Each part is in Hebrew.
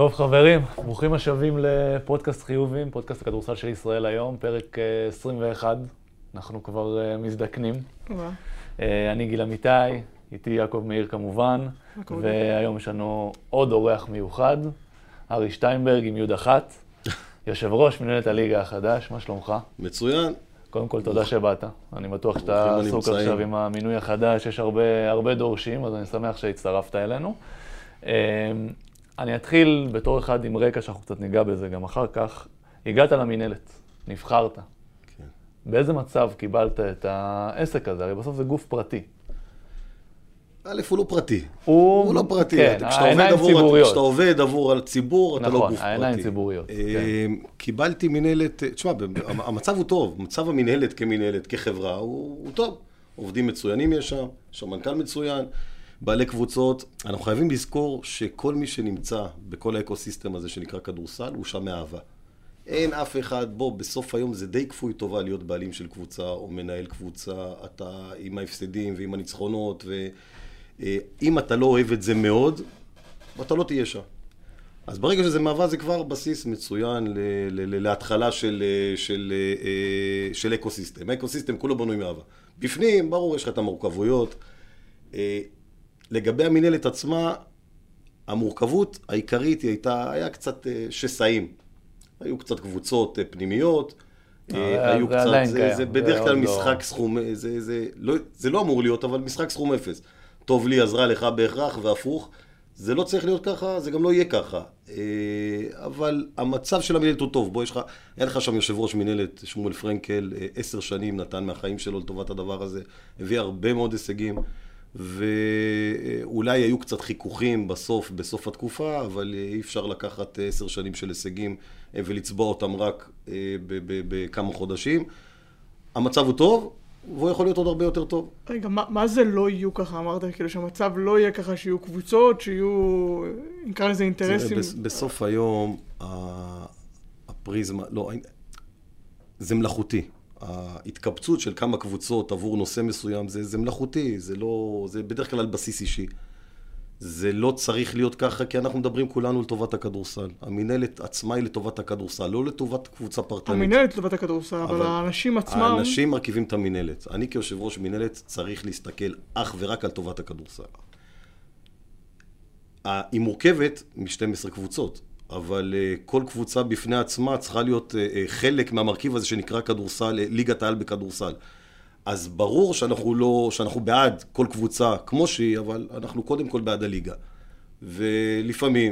טוב חברים, ברוכים השבים לפודקאסט חיובים, פודקאסט הכדורסל של ישראל היום, פרק 21, אנחנו כבר מזדקנים. אני גיל אמיתי, איתי יעקב מאיר כמובן, והיום יש לנו עוד אורח מיוחד, ארי שטיינברג עם יוד אחת, יושב ראש מנהלת הליגה החדש, מה שלומך? מצוין. קודם כל תודה שבאת, אני בטוח שאתה עסוק עכשיו עם המינוי החדש, יש הרבה דורשים, אז אני שמח שהצטרפת אלינו. אני אתחיל בתור אחד עם רקע שאנחנו קצת ניגע בזה גם אחר כך. הגעת למנהלת, נבחרת. כן. באיזה מצב קיבלת את העסק הזה? הרי בסוף זה גוף פרטי. א', הוא לא פרטי. הוא לא פרטי. כן, העיניים ציבוריות. כשאתה עובד עבור הציבור, אתה לא גוף פרטי. נכון, העיניים ציבוריות. קיבלתי מנהלת, תשמע, המצב הוא טוב. מצב המנהלת כמנהלת, כחברה, הוא טוב. עובדים מצוינים יש שם מנכ"ל מצוין. בעלי קבוצות, אנחנו חייבים לזכור שכל מי שנמצא בכל האקוסיסטם הזה שנקרא כדורסל, הוא שם מאהבה. אין אף אחד, בסוף היום זה די כפוי טובה להיות בעלים של קבוצה או מנהל קבוצה, אתה עם ההפסדים ועם הניצחונות, ואם אתה לא אוהב את זה מאוד, אתה לא תהיה שם. אז ברגע שזה מאהבה זה כבר בסיס מצוין להתחלה של אקוסיסטם. האקוסיסטם כולו בנוי מאהבה. בפנים, ברור, יש לך את המורכבויות, לגבי המנהלת עצמה, המורכבות העיקרית היה קצת שסעים. היו קצת קבוצות פנימיות, היו קצת, זה בדרך כלל משחק סכום, זה לא אמור להיות, אבל משחק סכום אפס. טוב לי עזרה לך בהכרח והפוך, זה לא צריך להיות ככה, זה גם לא יהיה ככה. אבל המצב של המנהלת הוא טוב, היה לך שם יושב ראש מנהלת, שמואל פרנקל, 10 שנים נתן מהחיים שלו לטובת הדבר הזה, הביא הרבה מאוד הישגים. ואולי היו קצת חיכוכים בסוף התקופה, אבל אי אפשר לקחת 10 שנים של הישגים ולצבוע אותם רק בכמה חודשים. המצב הוא טוב, והוא יכול להיות עוד הרבה יותר טוב. רגע, מה זה לא יהיו ככה? אמרת כאילו שהמצב לא יהיה ככה, שיהיו קבוצות, שיהיו, נקרא לזה אינטרסים. בסוף היום, הפריזמה, לא, זה מלאכותי. ההתקבצות של כמה קבוצות עבור נושא מסוים זה מלאכותי, זה בדרך כלל על בסיס אישי. זה לא צריך להיות ככה, כי אנחנו מדברים כולנו לטובת הכדורסל. המנהלת עצמה היא לטובת הכדורסל, לא לטובת קבוצה פרטנית. המנהלת לטובת הכדורסל, אבל האנשים עצמם... האנשים מרכיבים את המנהלת. אני כיושב ראש מנהלת צריך להסתכל אך ורק על טובת הכדורסל. היא מורכבת מ-12 קבוצות. אבל כל קבוצה בפני עצמה צריכה להיות חלק מהמרכיב הזה שנקרא כדורסל, ליגת העל בכדורסל. אז ברור שאנחנו בעד כל קבוצה כמו שהיא, אבל אנחנו קודם כל בעד הליגה. ולפעמים,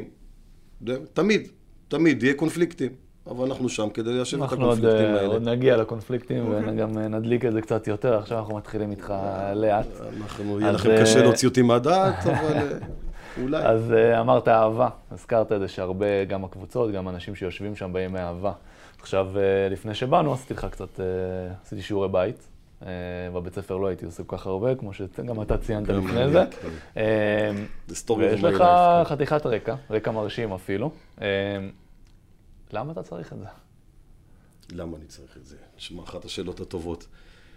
תמיד יהיה קונפליקטים, אבל אנחנו שם כדי ליישב את הקונפליקטים האלה. אנחנו עוד נגיע לקונפליקטים וגם נדליק את זה קצת יותר, עכשיו אנחנו מתחילים איתך לאט. יהיה לכם קשה להוציא אותי מהדעת, אבל... אולי. אז אמרת אהבה, הזכרת את זה שהרבה, גם הקבוצות, גם אנשים שיושבים שם באים מאהבה. עכשיו, לפני שבאנו, עשיתי לך קצת, עשיתי שיעורי בית. בבית ספר לא הייתי עושה כל כך הרבה, כמו שגם אתה ציינת לפני זה. ויש לך חתיכת רקע מרשים אפילו. למה אתה צריך את זה? למה אני צריך את זה? נשמע אחת השאלות הטובות.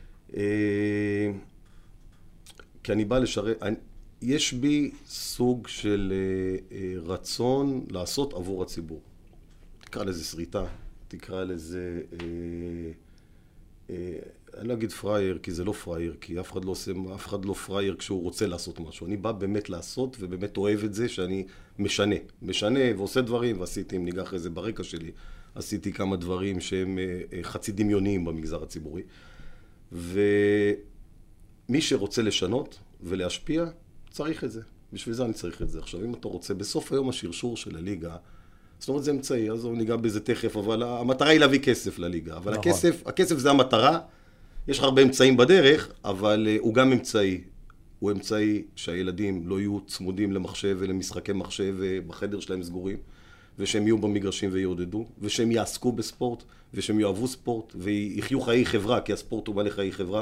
כי אני בא לשרת... יש בי סוג של רצון לעשות עבור הציבור. תקרא לזה שריטה, תקרא לזה, אני לא אגיד פרייר, כי זה לא פרייר, כי אף אחד לא פרייר כשהוא רוצה לעשות משהו. אני בא באמת לעשות ובאמת אוהב את זה שאני משנה ועושה דברים, ועשיתי, אם ניגע אחרי זה ברקע שלי, עשיתי כמה דברים שהם חצי דמיוניים במגזר הציבורי. ומי שרוצה לשנות ולהשפיע, צריך את זה. בשביל זה אני צריך את זה. עכשיו, אם אתה רוצה, בסוף היום השרשור של הליגה, זאת אומרת, זה אמצעי, אז ניגע בזה תכף, אבל המטרה היא להביא כסף לליגה. אבל הכסף זה המטרה. יש לך הרבה אמצעים בדרך, אבל הוא גם אמצעי. הוא אמצעי שהילדים לא יהיו צמודים למחשב ולמשחקי מחשב בחדר שלהם סגורים, ושהם יהיו במגרשים ויעודדו, ושהם יעסקו בספורט, ושהם יאהבו ספורט, ויחיו חיי חברה, כי הספורט הוא מלא חיי חברה,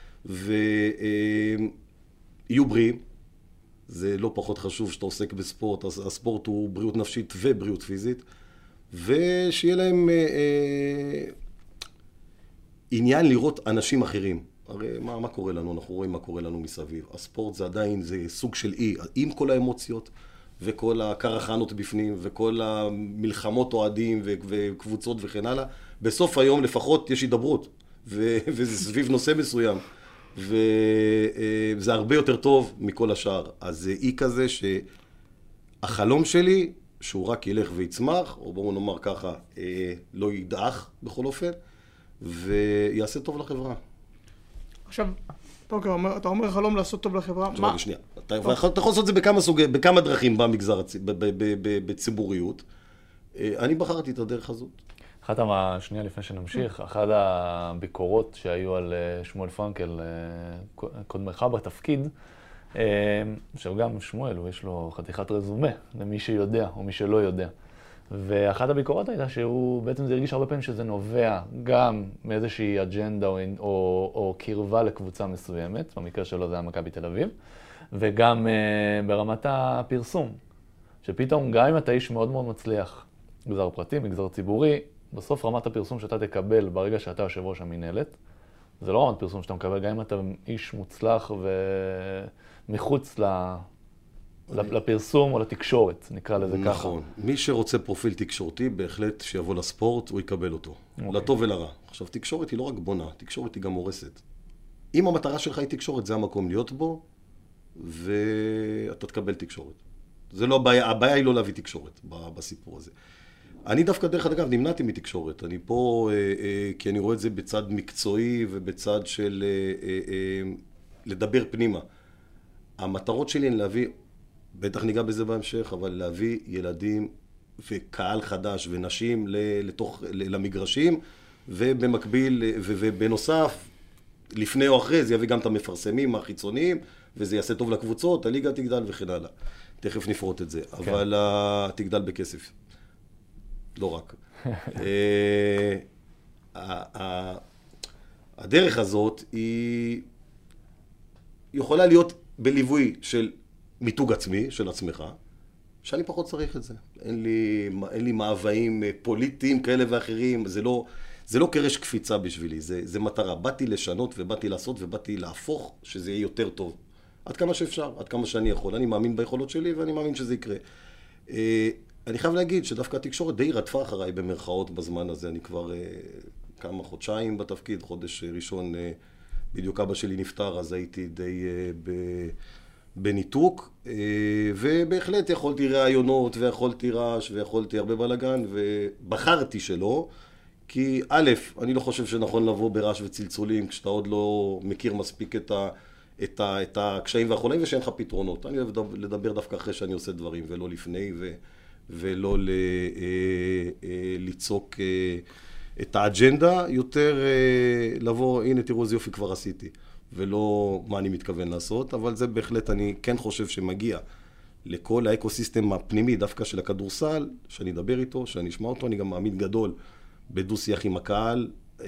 ויהיו בריאים. זה לא פחות חשוב שאתה עוסק בספורט, אז הספורט הוא בריאות נפשית ובריאות פיזית, ושיהיה להם עניין לראות אנשים אחרים. הרי מה קורה לנו? אנחנו רואים מה קורה לנו מסביב. הספורט זה עדיין, זה סוג של אי, עם כל האמוציות, וכל הקרחנות בפנים, וכל המלחמות אוהדים וקבוצות וכן הלאה. בסוף היום לפחות יש הידברות, וזה סביב נושא מסוים. וזה הרבה יותר טוב מכל השאר. אז זה אי כזה שהחלום שלי, שהוא רק ילך ויצמח, או בואו נאמר ככה, לא ידעך בכל אופן, ויעשה טוב לחברה. עכשיו, אתה אומר חלום לעשות טוב לחברה, מה? שנייה, אתה יכול לעשות את זה בכמה דרכים במגזר, בציבוריות. אני בחרתי את הדרך הזאת. שנייה לפני שנמשיך, אחת הביקורות שהיו על שמואל פרנקל, קודמך בתפקיד, עכשיו גם שמואל, יש לו חתיכת רזומה למי שיודע או מי שלא יודע. ואחת הביקורות הייתה שהוא בעצם זה הרגיש הרבה פעמים שזה נובע גם מאיזושהי אג'נדה או קרבה לקבוצה מסוימת, במקרה שלו זה היה מכבי תל אביב, וגם ברמת הפרסום, שפתאום גם אם אתה איש מאוד מאוד מצליח, מגזר פרטי, מגזר ציבורי, בסוף רמת הפרסום שאתה תקבל ברגע שאתה יושב ראש המנהלת, זה לא רמת פרסום שאתה מקבל, גם אם אתה איש מוצלח ומחוץ לפרסום או לתקשורת, נקרא לזה ככה. נכון. מי שרוצה פרופיל תקשורתי, בהחלט שיבוא לספורט, הוא יקבל אותו. לטוב ולרע. עכשיו, תקשורת היא לא רק בונה, תקשורת היא גם הורסת. אם המטרה שלך היא תקשורת, זה המקום להיות בו, ואתה תקבל תקשורת. זה לא הבעיה, הבעיה היא לא להביא תקשורת בסיפור הזה. אני דווקא דרך אגב נמנעתי מתקשורת. אני פה כי אני רואה את זה בצד מקצועי ובצד של לדבר פנימה. המטרות שלי הן להביא, בטח ניגע בזה בהמשך, אבל להביא ילדים וקהל חדש ונשים למגרשים, ובמקביל ובנוסף, לפני או אחרי, זה יביא גם את המפרסמים החיצוניים, וזה יעשה טוב לקבוצות, הליגה תגדל וכן הלאה. תכף נפרוט את זה, כן. אבל תגדל בכסף. לא רק. הדרך הזאת היא יכולה להיות בליווי של מיתוג עצמי, של עצמך, שאני פחות צריך את זה. אין לי מאוויים פוליטיים כאלה ואחרים, זה לא קרש קפיצה בשבילי, זה מטרה. באתי לשנות ובאתי לעשות ובאתי להפוך שזה יהיה יותר טוב. עד כמה שאפשר, עד כמה שאני יכול. אני מאמין ביכולות שלי ואני מאמין שזה יקרה. אני חייב להגיד שדווקא התקשורת די רדפה אחריי במרכאות בזמן הזה. אני כבר כמה חודשיים בתפקיד, חודש ראשון בדיוק אבא שלי נפטר, אז הייתי די בניתוק, ובהחלט יכולתי רעיונות ויכולתי רעש ויכולתי הרבה בלגן, ובחרתי שלא, כי א', אני לא חושב שנכון לבוא ברעש וצלצולים כשאתה עוד לא מכיר מספיק את הקשיים והחולאים ושאין לך פתרונות. אני אוהב לדבר דווקא אחרי שאני עושה דברים ולא לפני, ולא ליצוק את האג'נדה, יותר לבוא, הנה תראו איזה יופי כבר עשיתי, ולא מה אני מתכוון לעשות, אבל זה בהחלט אני כן חושב שמגיע לכל האקוסיסטם הפנימי, דווקא של הכדורסל, שאני אדבר איתו, שאני אשמע אותו, אני גם מאמין גדול בדו שיח עם הקהל.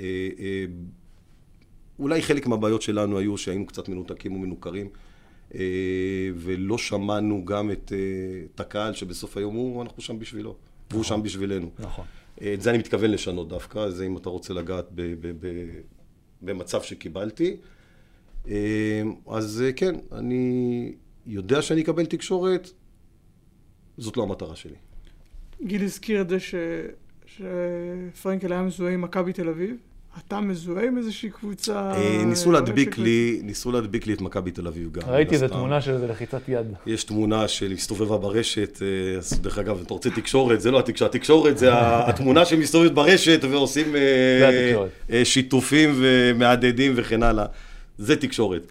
אולי חלק מהבעיות שלנו היו שהיינו קצת מנותקים ומנוכרים, ולא שמענו גם את הקהל שבסוף היום אנחנו שם בשבילו, והוא שם בשבילנו. נכון. את זה אני מתכוון לשנות דווקא, זה אם אתה רוצה לגעת במצב שקיבלתי. אז כן, אני יודע שאני אקבל תקשורת, זאת לא המטרה שלי. גיל הזכיר את זה שפרנקל היה מזוהה עם מכבי תל אביב. אתה מזוהה עם איזושהי קבוצה? ניסו להדביק לי את מכבי תל אביב גם. ראיתי איזו תמונה של זה לחיצת יד. יש תמונה של הסתובבה ברשת, דרך אגב, אתה רוצה תקשורת, זה לא התקשורת, התקשורת זה התמונה שמסתובבת ברשת ועושים שיתופים ומעדדים וכן הלאה. זה תקשורת.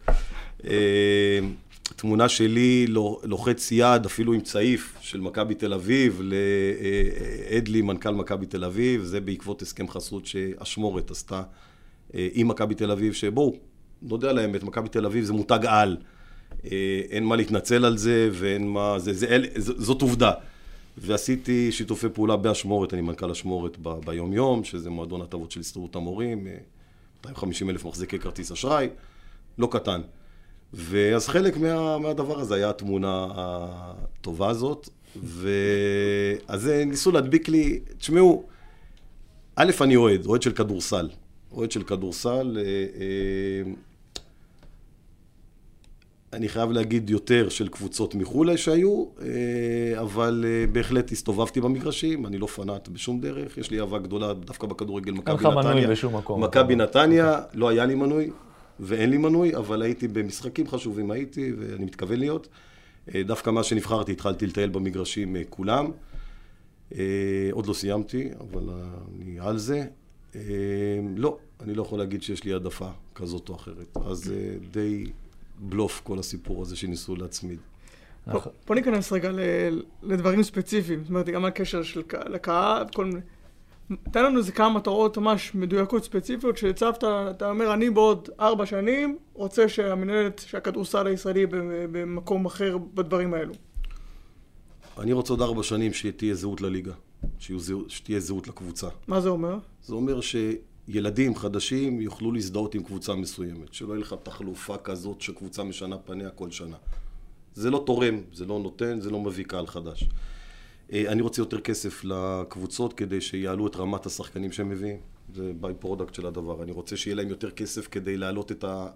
תמונה שלי לוחץ יד, אפילו עם צעיף של מכבי תל אביב, לאדלי, מנכ"ל מכבי תל אביב, זה בעקבות הסכם חסות שהשמורת עשתה עם מכבי תל אביב, שבואו, נודע להם, את מכבי תל אביב זה מותג על, אין מה להתנצל על זה, ואין מה, זאת עובדה. ועשיתי שיתופי פעולה בהשמורת, אני מנכ"ל השמורת ביום יום, שזה מועדון הטבות של הסתדרות המורים, 250,000 מחזיקי כרטיס אשראי, לא קטן. ואז חלק מהדבר הזה היה התמונה הטובה הזאת, ואז ניסו להדביק לי, תשמעו, א', אני אוהד של כדורסל. אוהד של כדורסל, אני חייב להגיד יותר של קבוצות מחו"ל שהיו, אבל בהחלט הסתובבתי במגרשים, אני לא פנאט בשום דרך, יש לי אהבה גדולה דווקא בכדורגל מכבי נתניה. אין לך מנוי בשום מקום. מכבי נתניה, לא היה לי מנוי ואין לי מנוי, אבל הייתי במשחקים חשובים, הייתי ואני מתכוון להיות. דווקא מה שנבחרתי, התחלתי לטייל במגרשים כולם. עוד לא סיימתי, אבל אני על זה. לא, אני לא יכול להגיד שיש לי העדפה כזאת או אחרת. אז די בלוף כל הסיפור הזה שניסו להצמיד. בוא ניכנס רגע לדברים ספציפיים. זאת אומרת, גם הקשר של לקהל, כל מיני. תן לנו איזה כמה מטרות ממש מדויקות ספציפיות שהצבת, אתה אומר, אני בעוד 4 שנים רוצה שהמנהלת, שהכדורסל הישראלי במקום אחר בדברים האלו. אני רוצה עוד 4 שנים שתהיה זהות לליגה, שתהיה זהות לקבוצה. מה זה אומר? זה אומר שילדים חדשים יוכלו להזדהות עם קבוצה מסוימת, שלא יהיה לך תחלופה כזאת שקבוצה משנה פניה כל שנה. זה לא תורם, זה לא נותן, זה לא מביא קהל חדש. אני רוצה יותר כסף לקבוצות כדי שיעלו את רמת השחקנים שהם מביאים. זה ביי פרודקט של הדבר. אני רוצה שיהיה להם יותר כסף כדי להעלות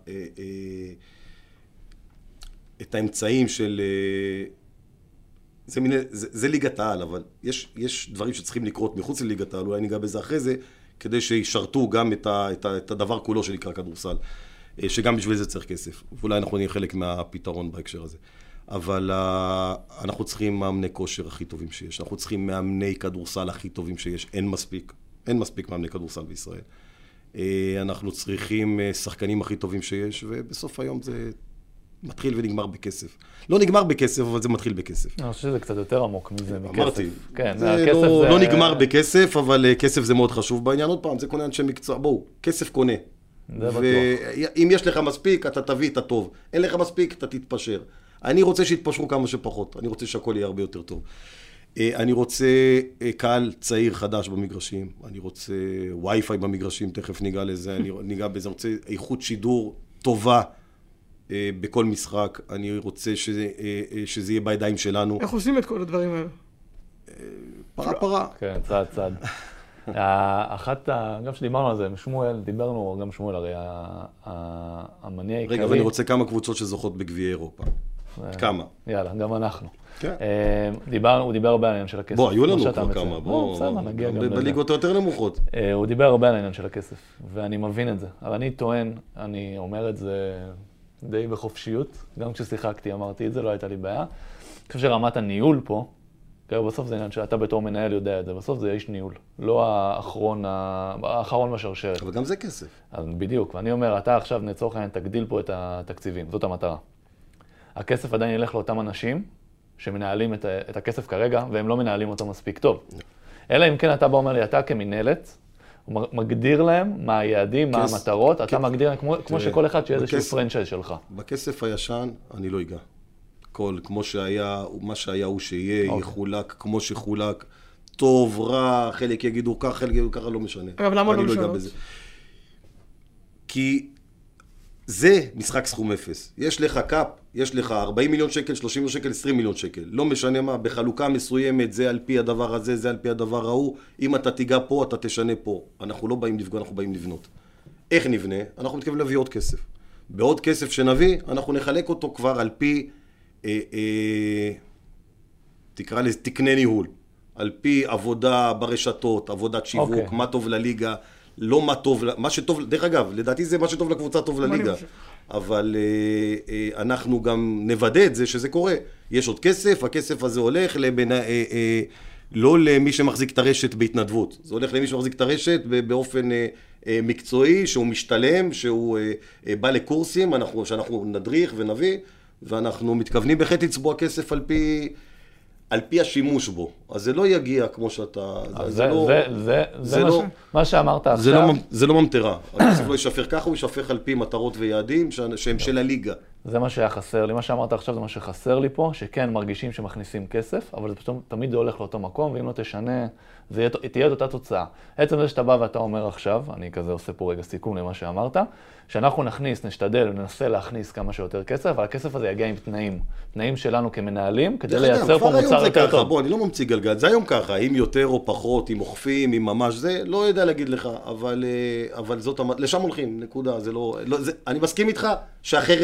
את האמצעים של... זה ליגת העל, אבל יש דברים שצריכים לקרות מחוץ לליגת העל, אולי ניגע בזה אחרי זה, כדי שישרתו גם את הדבר כולו שנקרא כדורסל, שגם בשביל זה צריך כסף. ואולי אנחנו נהיה חלק מהפתרון בהקשר הזה. אבל אנחנו צריכים מאמני כושר הכי טובים שיש, אנחנו צריכים מאמני כדורסל הכי טובים שיש, אין מספיק מאמני כדורסל בישראל. אנחנו צריכים שחקנים הכי טובים שיש, ובסוף היום זה מתחיל ונגמר בכסף. לא נגמר בכסף, אבל זה מתחיל בכסף. אני חושב שזה קצת יותר עמוק מזה, מכסף. אמרתי, כן, זה לא נגמר בכסף, אבל כסף זה מאוד חשוב בעניין. עוד פעם, זה קונה אנשי מקצוע, בואו, כסף קונה. ואם יש לך מספיק, אתה תביא את הטוב. אין לך מספיק, אתה תתפשר. אני רוצה שיתפשרו כמה שפחות, אני רוצה שהכל יהיה הרבה יותר טוב. אני רוצה קהל צעיר חדש במגרשים, אני רוצה וי-פיי במגרשים, תכף ניגע לזה, אני ניגע בזה, אני רוצה איכות שידור טובה בכל משחק, אני רוצה שזה יהיה בידיים שלנו. איך עושים את כל הדברים האלה? פרה. כן, צעד. גם שדיברנו על זה, שמואל, דיברנו גם שמואל, הרי המניע העיקרי... רגע, אבל אני רוצה כמה קבוצות שזוכות בגביעי אירופה. כמה? יאללה, גם אנחנו. כן. הוא דיבר הרבה על העניין של הכסף. בוא, היו לנו כבר כמה. בסדר, נגיע גם לזה. בליגות היותר נמוכות. הוא דיבר הרבה על העניין של הכסף, ואני מבין את זה. אבל אני טוען, אני אומר את זה די בחופשיות, גם כששיחקתי אמרתי את זה, לא הייתה לי בעיה. אני חושב שרמת הניהול פה, בסוף זה עניין שאתה בתור מנהל יודע את זה, בסוף זה איש ניהול, לא האחרון בשרשרת. אבל גם זה כסף. אז בדיוק, ואני אומר, אתה עכשיו לצורך העניין תגדיל פה את התקציבים, זאת המטרה. הכסף עדיין ילך לאותם אנשים שמנהלים את הכסף כרגע, והם לא מנהלים אותו מספיק טוב. אלא אם כן אתה בא אומר לי, אתה כמנהלת, הוא מגדיר להם מה היעדים, מה המטרות, אתה מגדיר להם כמו שכל אחד שיהיה איזשהו פרנצ'ייז שלך. בכסף הישן אני לא אגע. כמו שהיה, מה שהיה הוא שיהיה, יחולק כמו שחולק, טוב, רע, חלק יגידו ככה, חלק יגידו ככה, לא משנה. אבל למה לא משנה? כי זה משחק סכום אפס. יש לך קאפ, יש לך 40 מיליון שקל, 30 מיליון שקל, 20 מיליון שקל. לא משנה מה, בחלוקה מסוימת, זה על פי הדבר הזה, זה על פי הדבר ההוא. אם אתה תיגע פה, אתה תשנה פה. אנחנו לא באים לפגוע, אנחנו באים לבנות. איך נבנה? אנחנו מתכוונים להביא עוד כסף. בעוד כסף שנביא, אנחנו נחלק אותו כבר על פי, תקרא לזה תקני ניהול. על פי עבודה ברשתות, עבודת שיווק, מה טוב לליגה, לא מה טוב, מה שטוב, דרך אגב, לדעתי זה מה שטוב לקבוצה טוב לליגה. אבל אנחנו גם נוודא את זה שזה קורה. יש עוד כסף, הכסף הזה הולך לא למי שמחזיק את הרשת בהתנדבות. זה הולך למי שמחזיק את הרשת באופן מקצועי, שהוא משתלם, שהוא בא לקורסים, שאנחנו נדריך ונביא, ואנחנו מתכוונים בהחלט לצבוע כסף על פי השימוש בו. אז זה לא יגיע כמו שאתה... זה מה שאמרת עכשיו. זה לא ממטרה. הכסף לא ישפר ככה, הוא ישפר על פי מטרות ויעדים שהם של הליגה. זה מה שהיה חסר לי. מה שאמרת עכשיו זה מה שחסר לי פה, שכן מרגישים שמכניסים כסף, אבל תמיד זה הולך לאותו מקום, ואם לא תשנה, תהיה את אותה תוצאה. עצם זה שאתה בא ואתה אומר עכשיו, אני כזה עושה פה רגע סיכום למה שאמרת, שאנחנו נשתדל, ננסה להכניס כמה שיותר כסף, אבל הכסף הזה יגיע עם תנאים שלנו כמנהלים, כדי לייצר פה מוצר יותר טוב. בוא, אני לא ממציא גלגל, זה היום ככה, אם יותר או פחות, אם אוכפים, אם ממש זה, לא יודע להגיד לך, אבל לשם הולכים, נקודה, זה לא, אני מסכים איתך שאחרת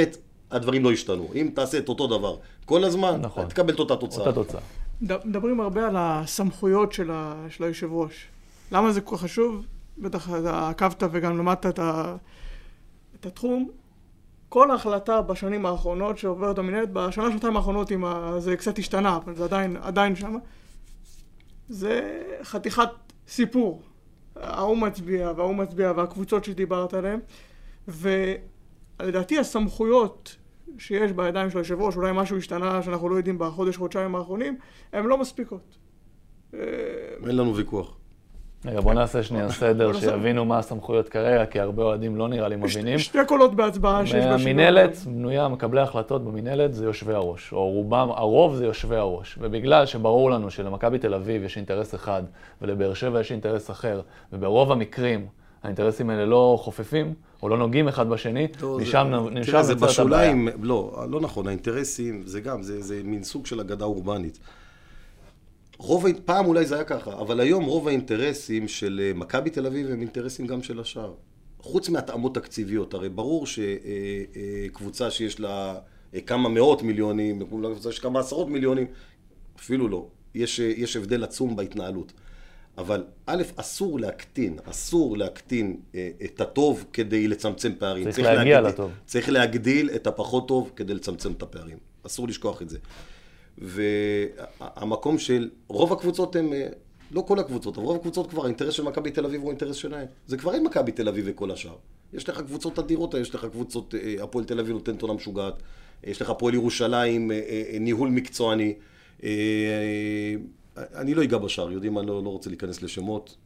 הדברים לא ישתנו. אם תעשה את אותו דבר כל הזמן, נכון. תקבל את אותה תוצאה. אותה תוצאה. מדברים הרבה על הסמכויות של היושב ראש. למה זה כל כך חשוב? בטח עקבת וגם למדת את התחום. כל ההחלטה בשנים האחרונות שעוברת המנהלת, בשנה שנתיים האחרונות זה קצת השתנה, אבל זה עדיין שם. זה חתיכת סיפור. ההוא מצביע וההוא מצביע והקבוצות שדיברת עליהן. ולדעתי הסמכויות שיש בידיים של היושב ראש, אולי משהו השתנה שאנחנו לא יודעים חודשיים האחרונים, הן לא מספיקות. אין לנו ויכוח. רגע, בוא נעשה שנייה סדר, שיבינו מה הסמכויות כרגע, כי הרבה אוהדים לא נראה לי מבינים. שתי קולות בהצבעה שיש בשבוע. המנהלת בנויה, מקבלי ההחלטות במנהלת זה יושבי הראש, או רובם, הרוב זה יושבי הראש. ובגלל שברור לנו שלמכבי תל אביב יש אינטרס אחד, ולבאר שבע יש אינטרס אחר, וברוב המקרים האינטרסים האלה לא חופפים, או לא נוגעים אחד בשני, משם זה בשוליים, לא נכון, האינטרסים זה גם, זה מין סוג של אגדה אורבנית. פעם אולי זה היה ככה, אבל היום רוב האינטרסים של מכבי תל אביב הם אינטרסים גם של השאר. חוץ מהתאמות תקציביות, הרי ברור שקבוצה שיש לה כמה מאות מיליונים, קבוצה שיש כמה עשרות מיליונים, אפילו לא. יש הבדל עצום בהתנהלות. אבל א', אסור להקטין את הטוב כדי לצמצם פערים. צריך להגיע לטוב. צריך להגדיל את הפחות טוב כדי לצמצם את הפערים. אסור לשכוח את זה. והמקום של רוב הקבוצות הם, לא כל הקבוצות, אבל רוב הקבוצות כבר, האינטרס של מכבי תל אביב הוא האינטרס שלהם. זה כבר אין מכבי תל אביב וכל השאר. יש לך קבוצות אדירות, יש לך קבוצות, הפועל תל אביב נותן עונה משוגעת, יש לך הפועל ירושלים, ניהול מקצועני. אני לא אגע בשאר, יודעים, אני לא רוצה להיכנס לשמות,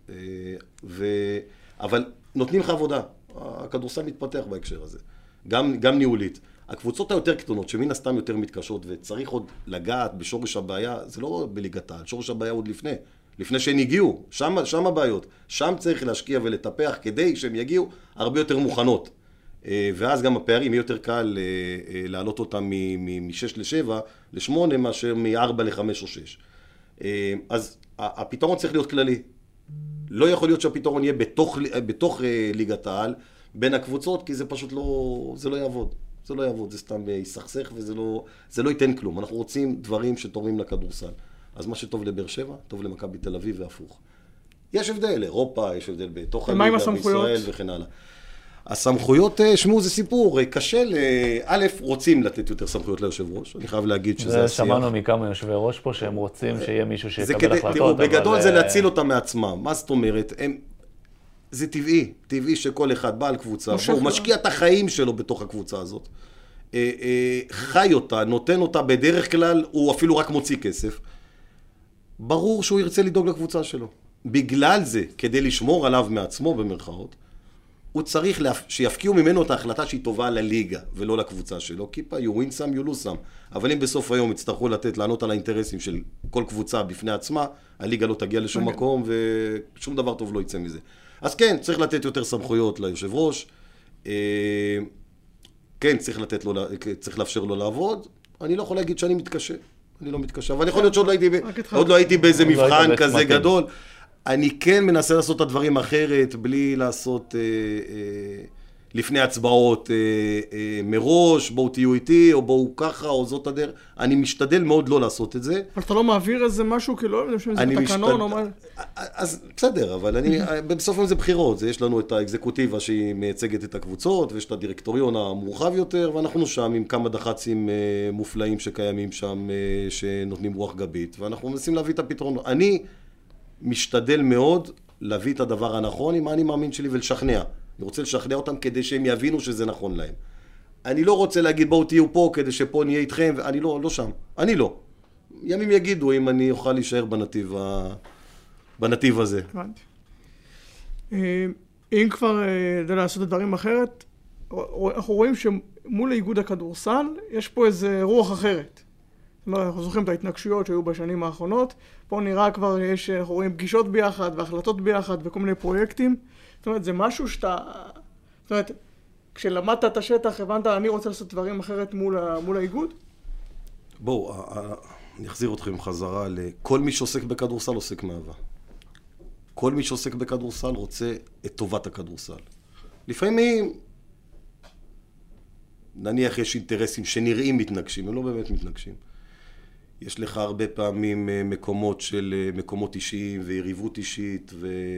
אבל נותנים לך עבודה. הכדורסל מתפתח בהקשר הזה, גם ניהולית. הקבוצות היותר קטנות, שמן הסתם יותר מתקשות, וצריך עוד לגעת בשורש הבעיה, זה לא בליגת העל, שורש הבעיה עוד לפני שהן הגיעו, שם הבעיות. שם צריך להשקיע ולטפח כדי שהן יגיעו הרבה יותר מוכנות. ואז גם הפערים יהיה יותר קל להעלות אותם מ-6 ל-7 ל-8 מאשר מ-4 ל-5 או 6. אז הפתרון צריך להיות כללי. לא יכול להיות שהפתרון יהיה בתוך ליגת העל, בין הקבוצות, כי זה פשוט לא יעבוד. זה לא יעבוד, זה סתם יסכסך וזה לא ייתן כלום. אנחנו רוצים דברים שתורמים לכדורסל. אז מה שטוב לבאר שבע, טוב למכבי תל אביב והפוך. יש הבדל, אירופה, יש הבדל בתוך הליגה, בישראל וכן הלאה. הסמכויות, שמו, זה סיפור, קשה א', רוצים לתת יותר סמכויות ליושב ראש, אני חייב להגיד שזה השיח. שמענו מכמה יושבי ראש פה שהם רוצים שיהיה מישהו שיקבל החלטות. תראו, בגדול זה להציל אותם מעצמם. מה זאת אומרת? זה טבעי שכל אחד בעל קבוצה, הוא משקיע את החיים שלו בתוך הקבוצה הזאת, חי אותה, נותן אותה בדרך כלל, הוא אפילו רק מוציא כסף. ברור שהוא ירצה לדאוג לקבוצה שלו. בגלל זה, כדי לשמור עליו מעצמו במרכאות, הוא צריך שיפקיעו ממנו את ההחלטה שהיא טובה לליגה, ולא לקבוצה שלו, כי you win some, you lose some. אבל אם בסוף היום יצטרכו לענות על האינטרסים של כל קבוצה בפני עצמה, הליגה לא תגיע לשום מקום, ושום דבר טוב לא יצא מזה. אז כן, צריך לתת יותר סמכויות ליושב ראש, כן, צריך לאפשר לו לעבוד. אני לא יכול להגיד שאני מתקשה, אני לא מתקשה, אבל יכול להיות שעוד לא הייתי באיזה מבחן כזה גדול. אני כן מנסה לעשות את הדברים אחרת, בלי לעשות לפני הצבעות מראש, בואו תהיו איתי, או בואו ככה, או זאת הדרך. אני משתדל מאוד לא לעשות את זה. אבל אתה לא מעביר איזה משהו, כאילו, אני חושב שזה בתקנון או מה? אז בסדר, אבל בסוף זה בחירות. יש לנו את האקזקוטיבה שהיא מייצגת את הקבוצות, ויש את הדירקטוריון המורחב יותר, ואנחנו שם עם כמה דחצים מופלאים שקיימים שם, שנותנים רוח גבית, ואנחנו מנסים להביא את הפתרון. אני משתדל מאוד להביא את הדבר הנכון עם האני מאמין שלי ולשכנע. אני רוצה לשכנע אותם כדי שהם יבינו שזה נכון להם. אני לא רוצה להגיד בואו תהיו פה כדי שפה נהיה איתכם, ואני לא שם. אני לא. ימים יגידו אם אני אוכל להישאר בנתיב הזה. אם כבר לעשות את דברים אחרת, אנחנו רואים שמול איגוד הכדורסל יש פה איזה רוח אחרת. אנחנו זוכרים את ההתנגשויות שהיו בשנים האחרונות, פה נראה כבר אנחנו רואים פגישות ביחד והחלטות ביחד וכל מיני פרויקטים. זאת אומרת, זה משהו זאת אומרת, כשלמדת את השטח, הבנת, אני רוצה לעשות דברים אחרת מול האיגוד? בואו, אני אחזיר אתכם חזרה לכל מי שעוסק בכדורסל עוסק מאהבה. כל מי שעוסק בכדורסל רוצה את טובת הכדורסל. לפעמים נניח יש אינטרסים שנראים מתנגשים, הם לא באמת מתנגשים. יש לך הרבה פעמים מקומות של מקומות אישיים ויריבות אישית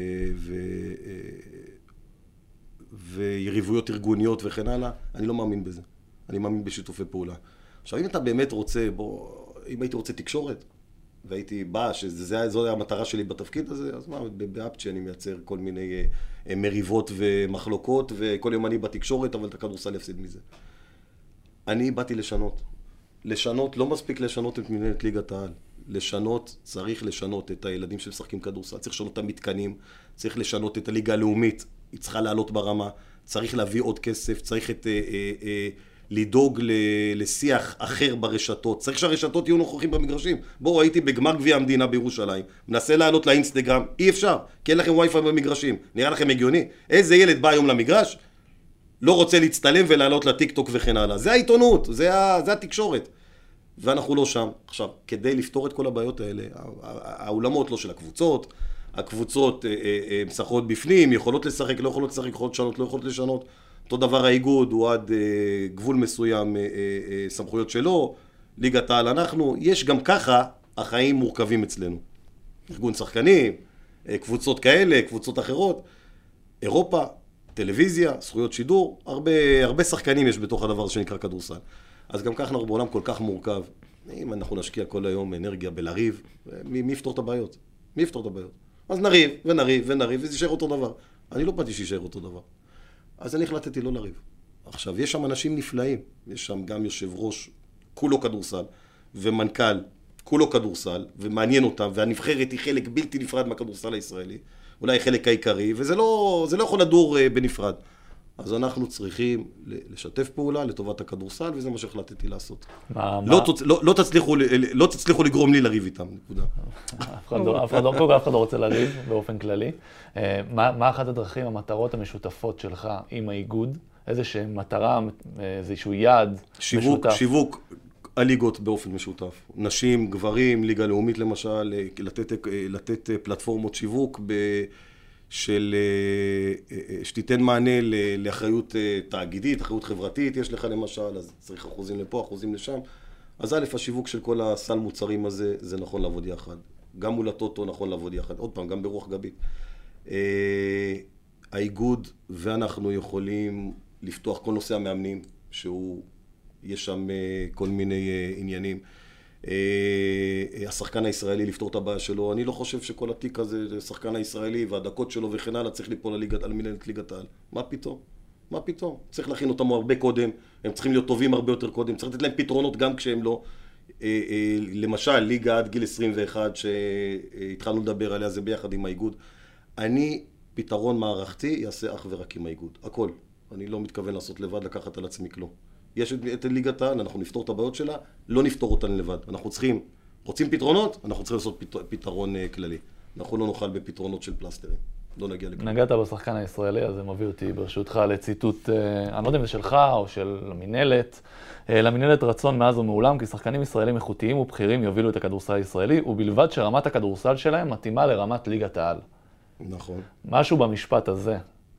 ויריבויות ארגוניות וכן הלאה. אני לא מאמין בזה. אני מאמין בשיתופי פעולה. עכשיו, אם אתה באמת רוצה, אם הייתי רוצה תקשורת, והייתי בא, שזו המטרה שלי בתפקיד הזה, אז מה, באפצ'י אני מייצר כל מיני מריבות ומחלוקות, וכל יום אני בתקשורת, אבל את הכדורסל יפסיד מזה. אני באתי לשנות. לשנות, לא מספיק לשנות את מנהלת ליגת העל. לשנות, צריך לשנות את הילדים שמשחקים כדורסל, צריך לשנות את המתקנים, צריך לשנות את הליגה הלאומית, היא צריכה לעלות ברמה, צריך להביא עוד כסף, צריך לדאוג לשיח אחר ברשתות, צריך שהרשתות יהיו נוכחים במגרשים. בואו, הייתי בגמר גביע המדינה בירושלים, מנסה לעלות לאינסטגרם, אי אפשר, כי אין לכם וי-פיי במגרשים, נראה לכם הגיוני? איזה ילד בא היום למגרש? לא רוצה להצטלם ולעלות לטיק טוק וכן הלאה. זה העיתונות, זה התקשורת. ואנחנו לא שם. עכשיו, כדי לפתור את כל הבעיות האלה, העולמות לא של הקבוצות, הקבוצות משחקות בפנים, יכולות לשחק, לא יכולות לשחק, יכולות לשנות, לא יכולות לשנות. אותו דבר האיגוד, הוא עד גבול מסוים סמכויות שלו, ליגת העל אנחנו, יש גם ככה, החיים מורכבים אצלנו. ארגון שחקנים, קבוצות כאלה, קבוצות אחרות, אירופה, טלוויזיה, זכויות שידור, הרבה שחקנים יש בתוך הדבר שנקרא כדורסל. אז גם ככה אנחנו בעולם כל כך מורכב. אם אנחנו נשקיע כל היום אנרגיה בלריב, מי יפתור את הבעיות? מי יפתור את הבעיות? אז נריב ונריב ונריב, וזה יישאר אותו דבר. אני לא באתי שישאר אותו דבר. אז אני החלטתי לא לריב. עכשיו, יש שם אנשים נפלאים. יש שם גם יושב ראש, כולו כדורסל, ומנכ"ל, כולו כדורסל, ומעניין אותם, והנבחרת היא חלק בלתי נפרד מהכדורסל הישראלי. אולי חלק העיקרי, וזה לא יכול לדור בנפרד. אז אנחנו צריכים לשתף פעולה לטובת הכדורסל, וזה מה שהחלטתי לעשות. לא תצליחו לגרום לי לריב איתם, נקודה. אף אחד לא רוצה לריב באופן כללי. מה אחת הדרכים, המטרות המשותפות שלך עם האיגוד? איזושהי מטרה, איזשהו יעד משותף? שיווק הליגות באופן משותף. נשים, גברים, ליגה לאומית למשל, לתת פלטפורמות שיווק שתיתן מענה לאחריות תאגידית, אחריות חברתית, יש לך למשל, אז צריך אחוזים לפה, אחוזים לשם. אז א', השיווק של כל הסל מוצרים הזה, זה נכון לעבוד יחד. גם מול הטוטו נכון לעבוד יחד. עוד פעם, גם ברוח גבית. האיגוד ואנחנו יכולים לפתוח כל נושא המאמנים, יש שם כל מיני עניינים. השחקן הישראלי לפתור את הבעיה שלו. אני לא חושב שכל התיק הזה, השחקן הישראלי והדקות שלו וכן הלאה, צריך ליפול על מנהלת ליגת העל. מה פתאום? מה פתאום? צריך להכין אותם הרבה קודם, הם צריכים להיות טובים הרבה יותר קודם, צריך לתת להם פתרונות גם כשהם לא. למשל, ליגה עד גיל 21 שהתחלנו לדבר עליה, זה ביחד עם האיגוד. אני פתרון מערכתי יעשה אך ורק עם האיגוד. הכל. אני לא מתכוון לעשות לבד, לקחת על עצמי כלום. יש את ליגת העל, אנחנו נפתור את הבעיות שלה, לא נפתור אותן לבד. אנחנו רוצים פתרונות, אנחנו צריכים לעשות פתרון כללי. אנחנו לא נוכל בפתרונות של פלסטרים. לא נגיע לכלום. נגעת בשחקן הישראלי, אז זה מביא אותי ברשותך לציטוט, אני לא יודע אם זה שלך או של המנהלת. למנהלת רצון מאז ומעולם, כי שחקנים ישראלים איכותיים ובכירים יובילו את הכדורסל הישראלי, ובלבד שרמת הכדורסל שלהם מתאימה לרמת ליגת העל. נכון. משהו במשפט הזה.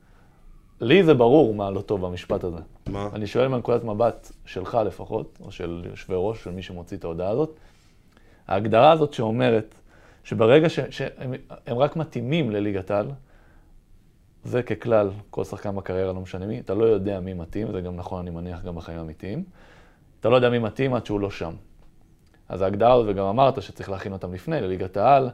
לי זה ברור מה לא טוב במשפט הזה. מה? אני שואל מנקודת מבט שלך לפחות, או של יושבי ראש, של מי שמוציא את ההודעה הזאת. ההגדרה הזאת שאומרת שברגע שהם רק מתאימים לליגת העל, זה ככלל, כל שחקן בקריירה לא משנה מי, אתה לא יודע מי מתאים, זה גם נכון, אני מניח, גם בחיים אמיתיים. אתה לא יודע מי מתאים עד שהוא לא שם. אז ההגדרה הזאת, וגם אמרת שצריך להכין אותם לפני, לליגת העל,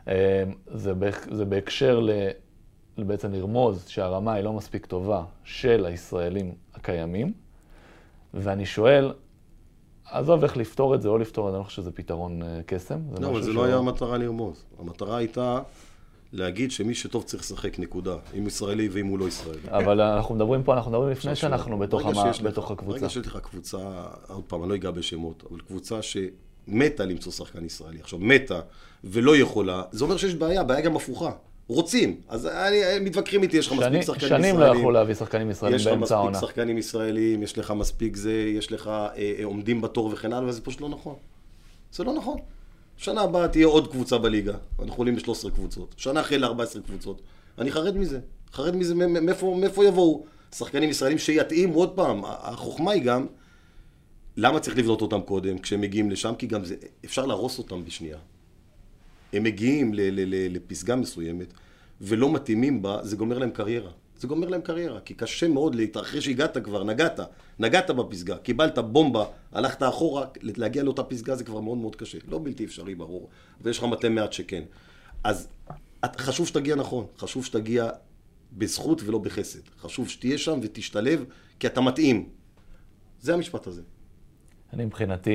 זה בהקשר בעצם לרמוז שהרמה היא לא מספיק טובה של הישראלים הקיימים, ואני שואל, עזוב איך לפתור את זה או לפתור את זה, אני לא חושב שזה פתרון קסם. לא, אבל זה לא היה המטרה לרמוז. המטרה הייתה להגיד שמי שטוב צריך לשחק נקודה, אם ישראלי ואם הוא לא ישראלי. אבל אנחנו מדברים לפני שאנחנו בתוך הקבוצה. ברגע שיש לך קבוצה, עוד פעם, אני לא אגע בשמות, אבל קבוצה שמתה למצוא שחקן ישראלי. עכשיו, מתה ולא יכולה, זה אומר שיש בעיה, בעיה גם הפוכה. רוצים, אז מתווכחים איתי, יש לך מספיק שחקנים ישראלים. שנים לא יכולו להביא שחקנים ישראלים באמצע העונה. יש לך מספיק שחקנים ישראלים, יש לך מספיק זה, יש לך עומדים בתור וכן הלאה, וזה פשוט לא נכון. זה לא נכון. שנה הבאה תהיה עוד קבוצה בליגה, אנחנו עולים ב-13 קבוצות. שנה אחרי ל-14 קבוצות. אני חרד מזה. חרד מזה מאיפה יבואו שחקנים ישראלים שיתאים עוד פעם. החוכמה היא גם למה צריך לבנות אותם קודם כשהם מגיעים לשם? כי גם אפשר להרוס אותם בשנייה. הם מגיעים לפסגה מסוימת ולא מתאימים בה, זה גומר להם קריירה. זה גומר להם קריירה, כי קשה מאוד, אחרי שהגעת כבר, נגעת בפסגה, קיבלת בומבה, הלכת אחורה, להגיע לאותה פסגה זה כבר מאוד מאוד קשה. לא בלתי אפשרי, ברור, ויש לך מתי מעט שכן. אז חשוב שתגיע נכון, חשוב שתגיע בזכות ולא בחסד. חשוב שתהיה שם ותשתלב, כי אתה מתאים. זה המשפט הזה. אני מבחינתי,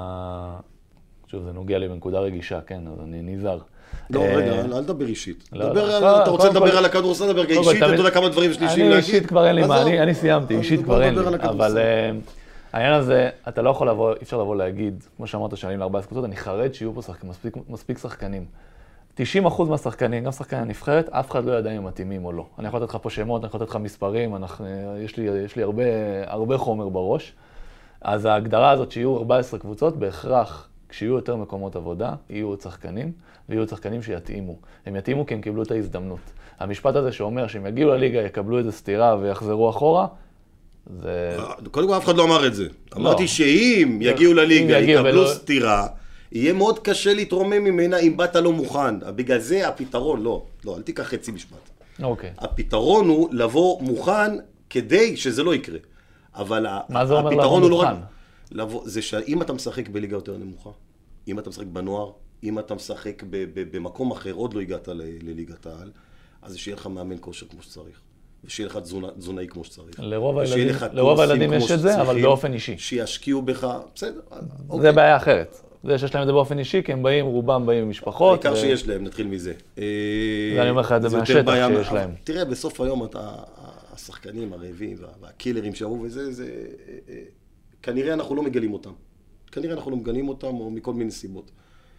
שוב, זה נוגע לי בנקודה רגישה, כן, אז אני נזהר. לא, רגע, אל תדבר אישית. אתה רוצה לדבר על הכדורסל, דבר אישית, אתה יודע כמה דברים שלי להגיד. אני אישית כבר אין לי מה, אני סיימתי, אישית כבר אין לי, אבל העניין הזה, אתה לא יכול לבוא, אי אפשר לבוא להגיד, כמו שאמרת, שעלים ל14 קבוצות, אני חרד שיהיו פה מספיק שחקנים. 90% מהשחקנים, גם שחקני הנבחרת, אף אחד לא יודע אם הם מתאימים או לא. אני יכול לתת לך פה שמות, אני יכול לתת לך מספרים, יש לי הרבה חומר בראש. אז ההגדרה הזאת שיהיו 14 קבוצות, בהכרח, כשיהיו יותר מקומות עבודה, יהיו עוד שחקנים, ויהיו עוד שחקנים שיתאימו. הם יתאימו כי הם קיבלו את ההזדמנות. המשפט הזה שאומר שהם יגיעו לליגה, יקבלו איזה סתירה ויחזרו אחורה, זה... קודם כל אף אחד לא אמר את זה. אמרתי שאם יגיעו לליגה, יקבלו סתירה, יהיה מאוד קשה להתרומם ממנה אם באת לא מוכן. בגלל זה הפתרון, לא, אל תיקח חצי משפט. אוקיי. הפתרון הוא לבוא מוכן כדי שזה לא יקרה. אבל מה זה אומר לבוא מוכן? זה שאם אתה משחק בליגה יותר נמוכה, אם אתה משחק בנוער, אם אתה משחק במקום אחר, עוד לא הגעת לליגת העל, אז שיהיה לך מאמן כושר כמו שצריך, ושיהיה לך תזונאי כמו שצריך. לרוב הילדים יש את זה, אבל באופן אישי. שישקיעו בך, בסדר. זה בעיה אחרת. זה שיש להם את זה באופן אישי, כי הם באים, רובם באים ממשפחות. העיקר שיש להם, נתחיל מזה. ואני אומר לך את זה מהשטח שיש להם. תראה, בסוף היום השחקנים הרעבים והקילרים שערו וזה, זה... כנראה אנחנו לא מגלים אותם. או מכל מיני סיבות.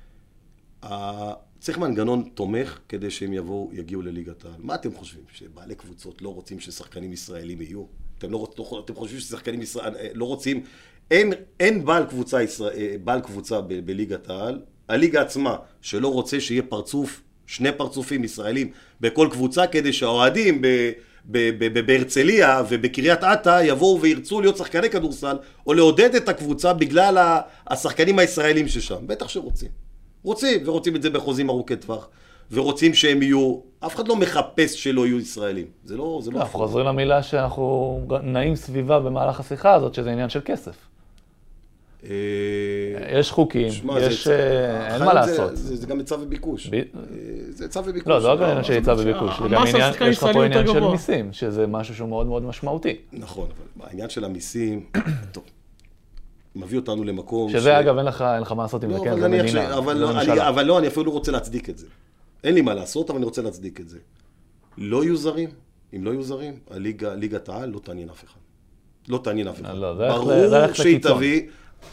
צריך מנגנון תומך כדי שהם יגיעו לליגת העל. מה אתם חושבים? שבעלי קבוצות לא רוצים ששחקנים ישראלים יהיו? אתם חושבים ששחקנים ישראלים לא רוצים? אין בעל קבוצה בליגת העל. הליגה עצמה שלא רוצה שיהיה שני פרצופים ישראלים בכל קבוצה, כדי שהאוהדים בהרצליה ובקריית אתא יבואו וירצו להיות שחקני כדורסל, או לעודד את הקבוצה בגלל השחקנים הישראלים ששם. בטח שרוצים. ורוצים את זה בחוזים ארוכי טווח, ורוצים שהם יהיו, אף אחד לא מחפש שלא יהיו ישראלים. זה לא... אנחנו חוזרים למילה שאנחנו נעים סביבה במהלך השיחה הזאת, שזה עניין של כסף. יש חוקים, אין מה לעשות. זה גם היצע וביקוש. זה היצע וביקוש. לא, זה לא עניין של היצע וביקוש. יש לך פה עניין של מיסים, שזה משהו שהוא מאוד מאוד משמעותי. נכון, אבל העניין של המיסים, טוב, מביא אותנו למקום... שזה אגב, אין לך מה לעשות עם זה, כן, זה מדינה. אבל לא, אני אפילו לא רוצה להצדיק את זה. אין לי מה לעשות, אבל אני רוצה להצדיק את זה. לא יהיו זרים, אם לא יהיו זרים, ליגת העל לא תעניין אף אחד. לא תעניין אף אחד. ברור שהיא תביא...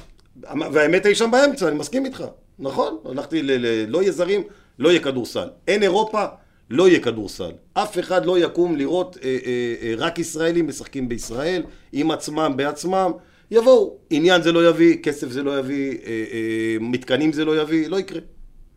והאמת היא שם באמצע, אני מסכים איתך. נכון? הלכתי לא יהיה זרים, לא יהיה כדורסל. אין אירופה, לא יהיה כדורסל. אף אחד לא יקום לראות רק ישראלים משחקים בישראל, עם עצמם, בעצמם. יבואו, עניין זה לא יביא, כסף זה לא יביא, מתקנים זה לא יביא, לא יקרה.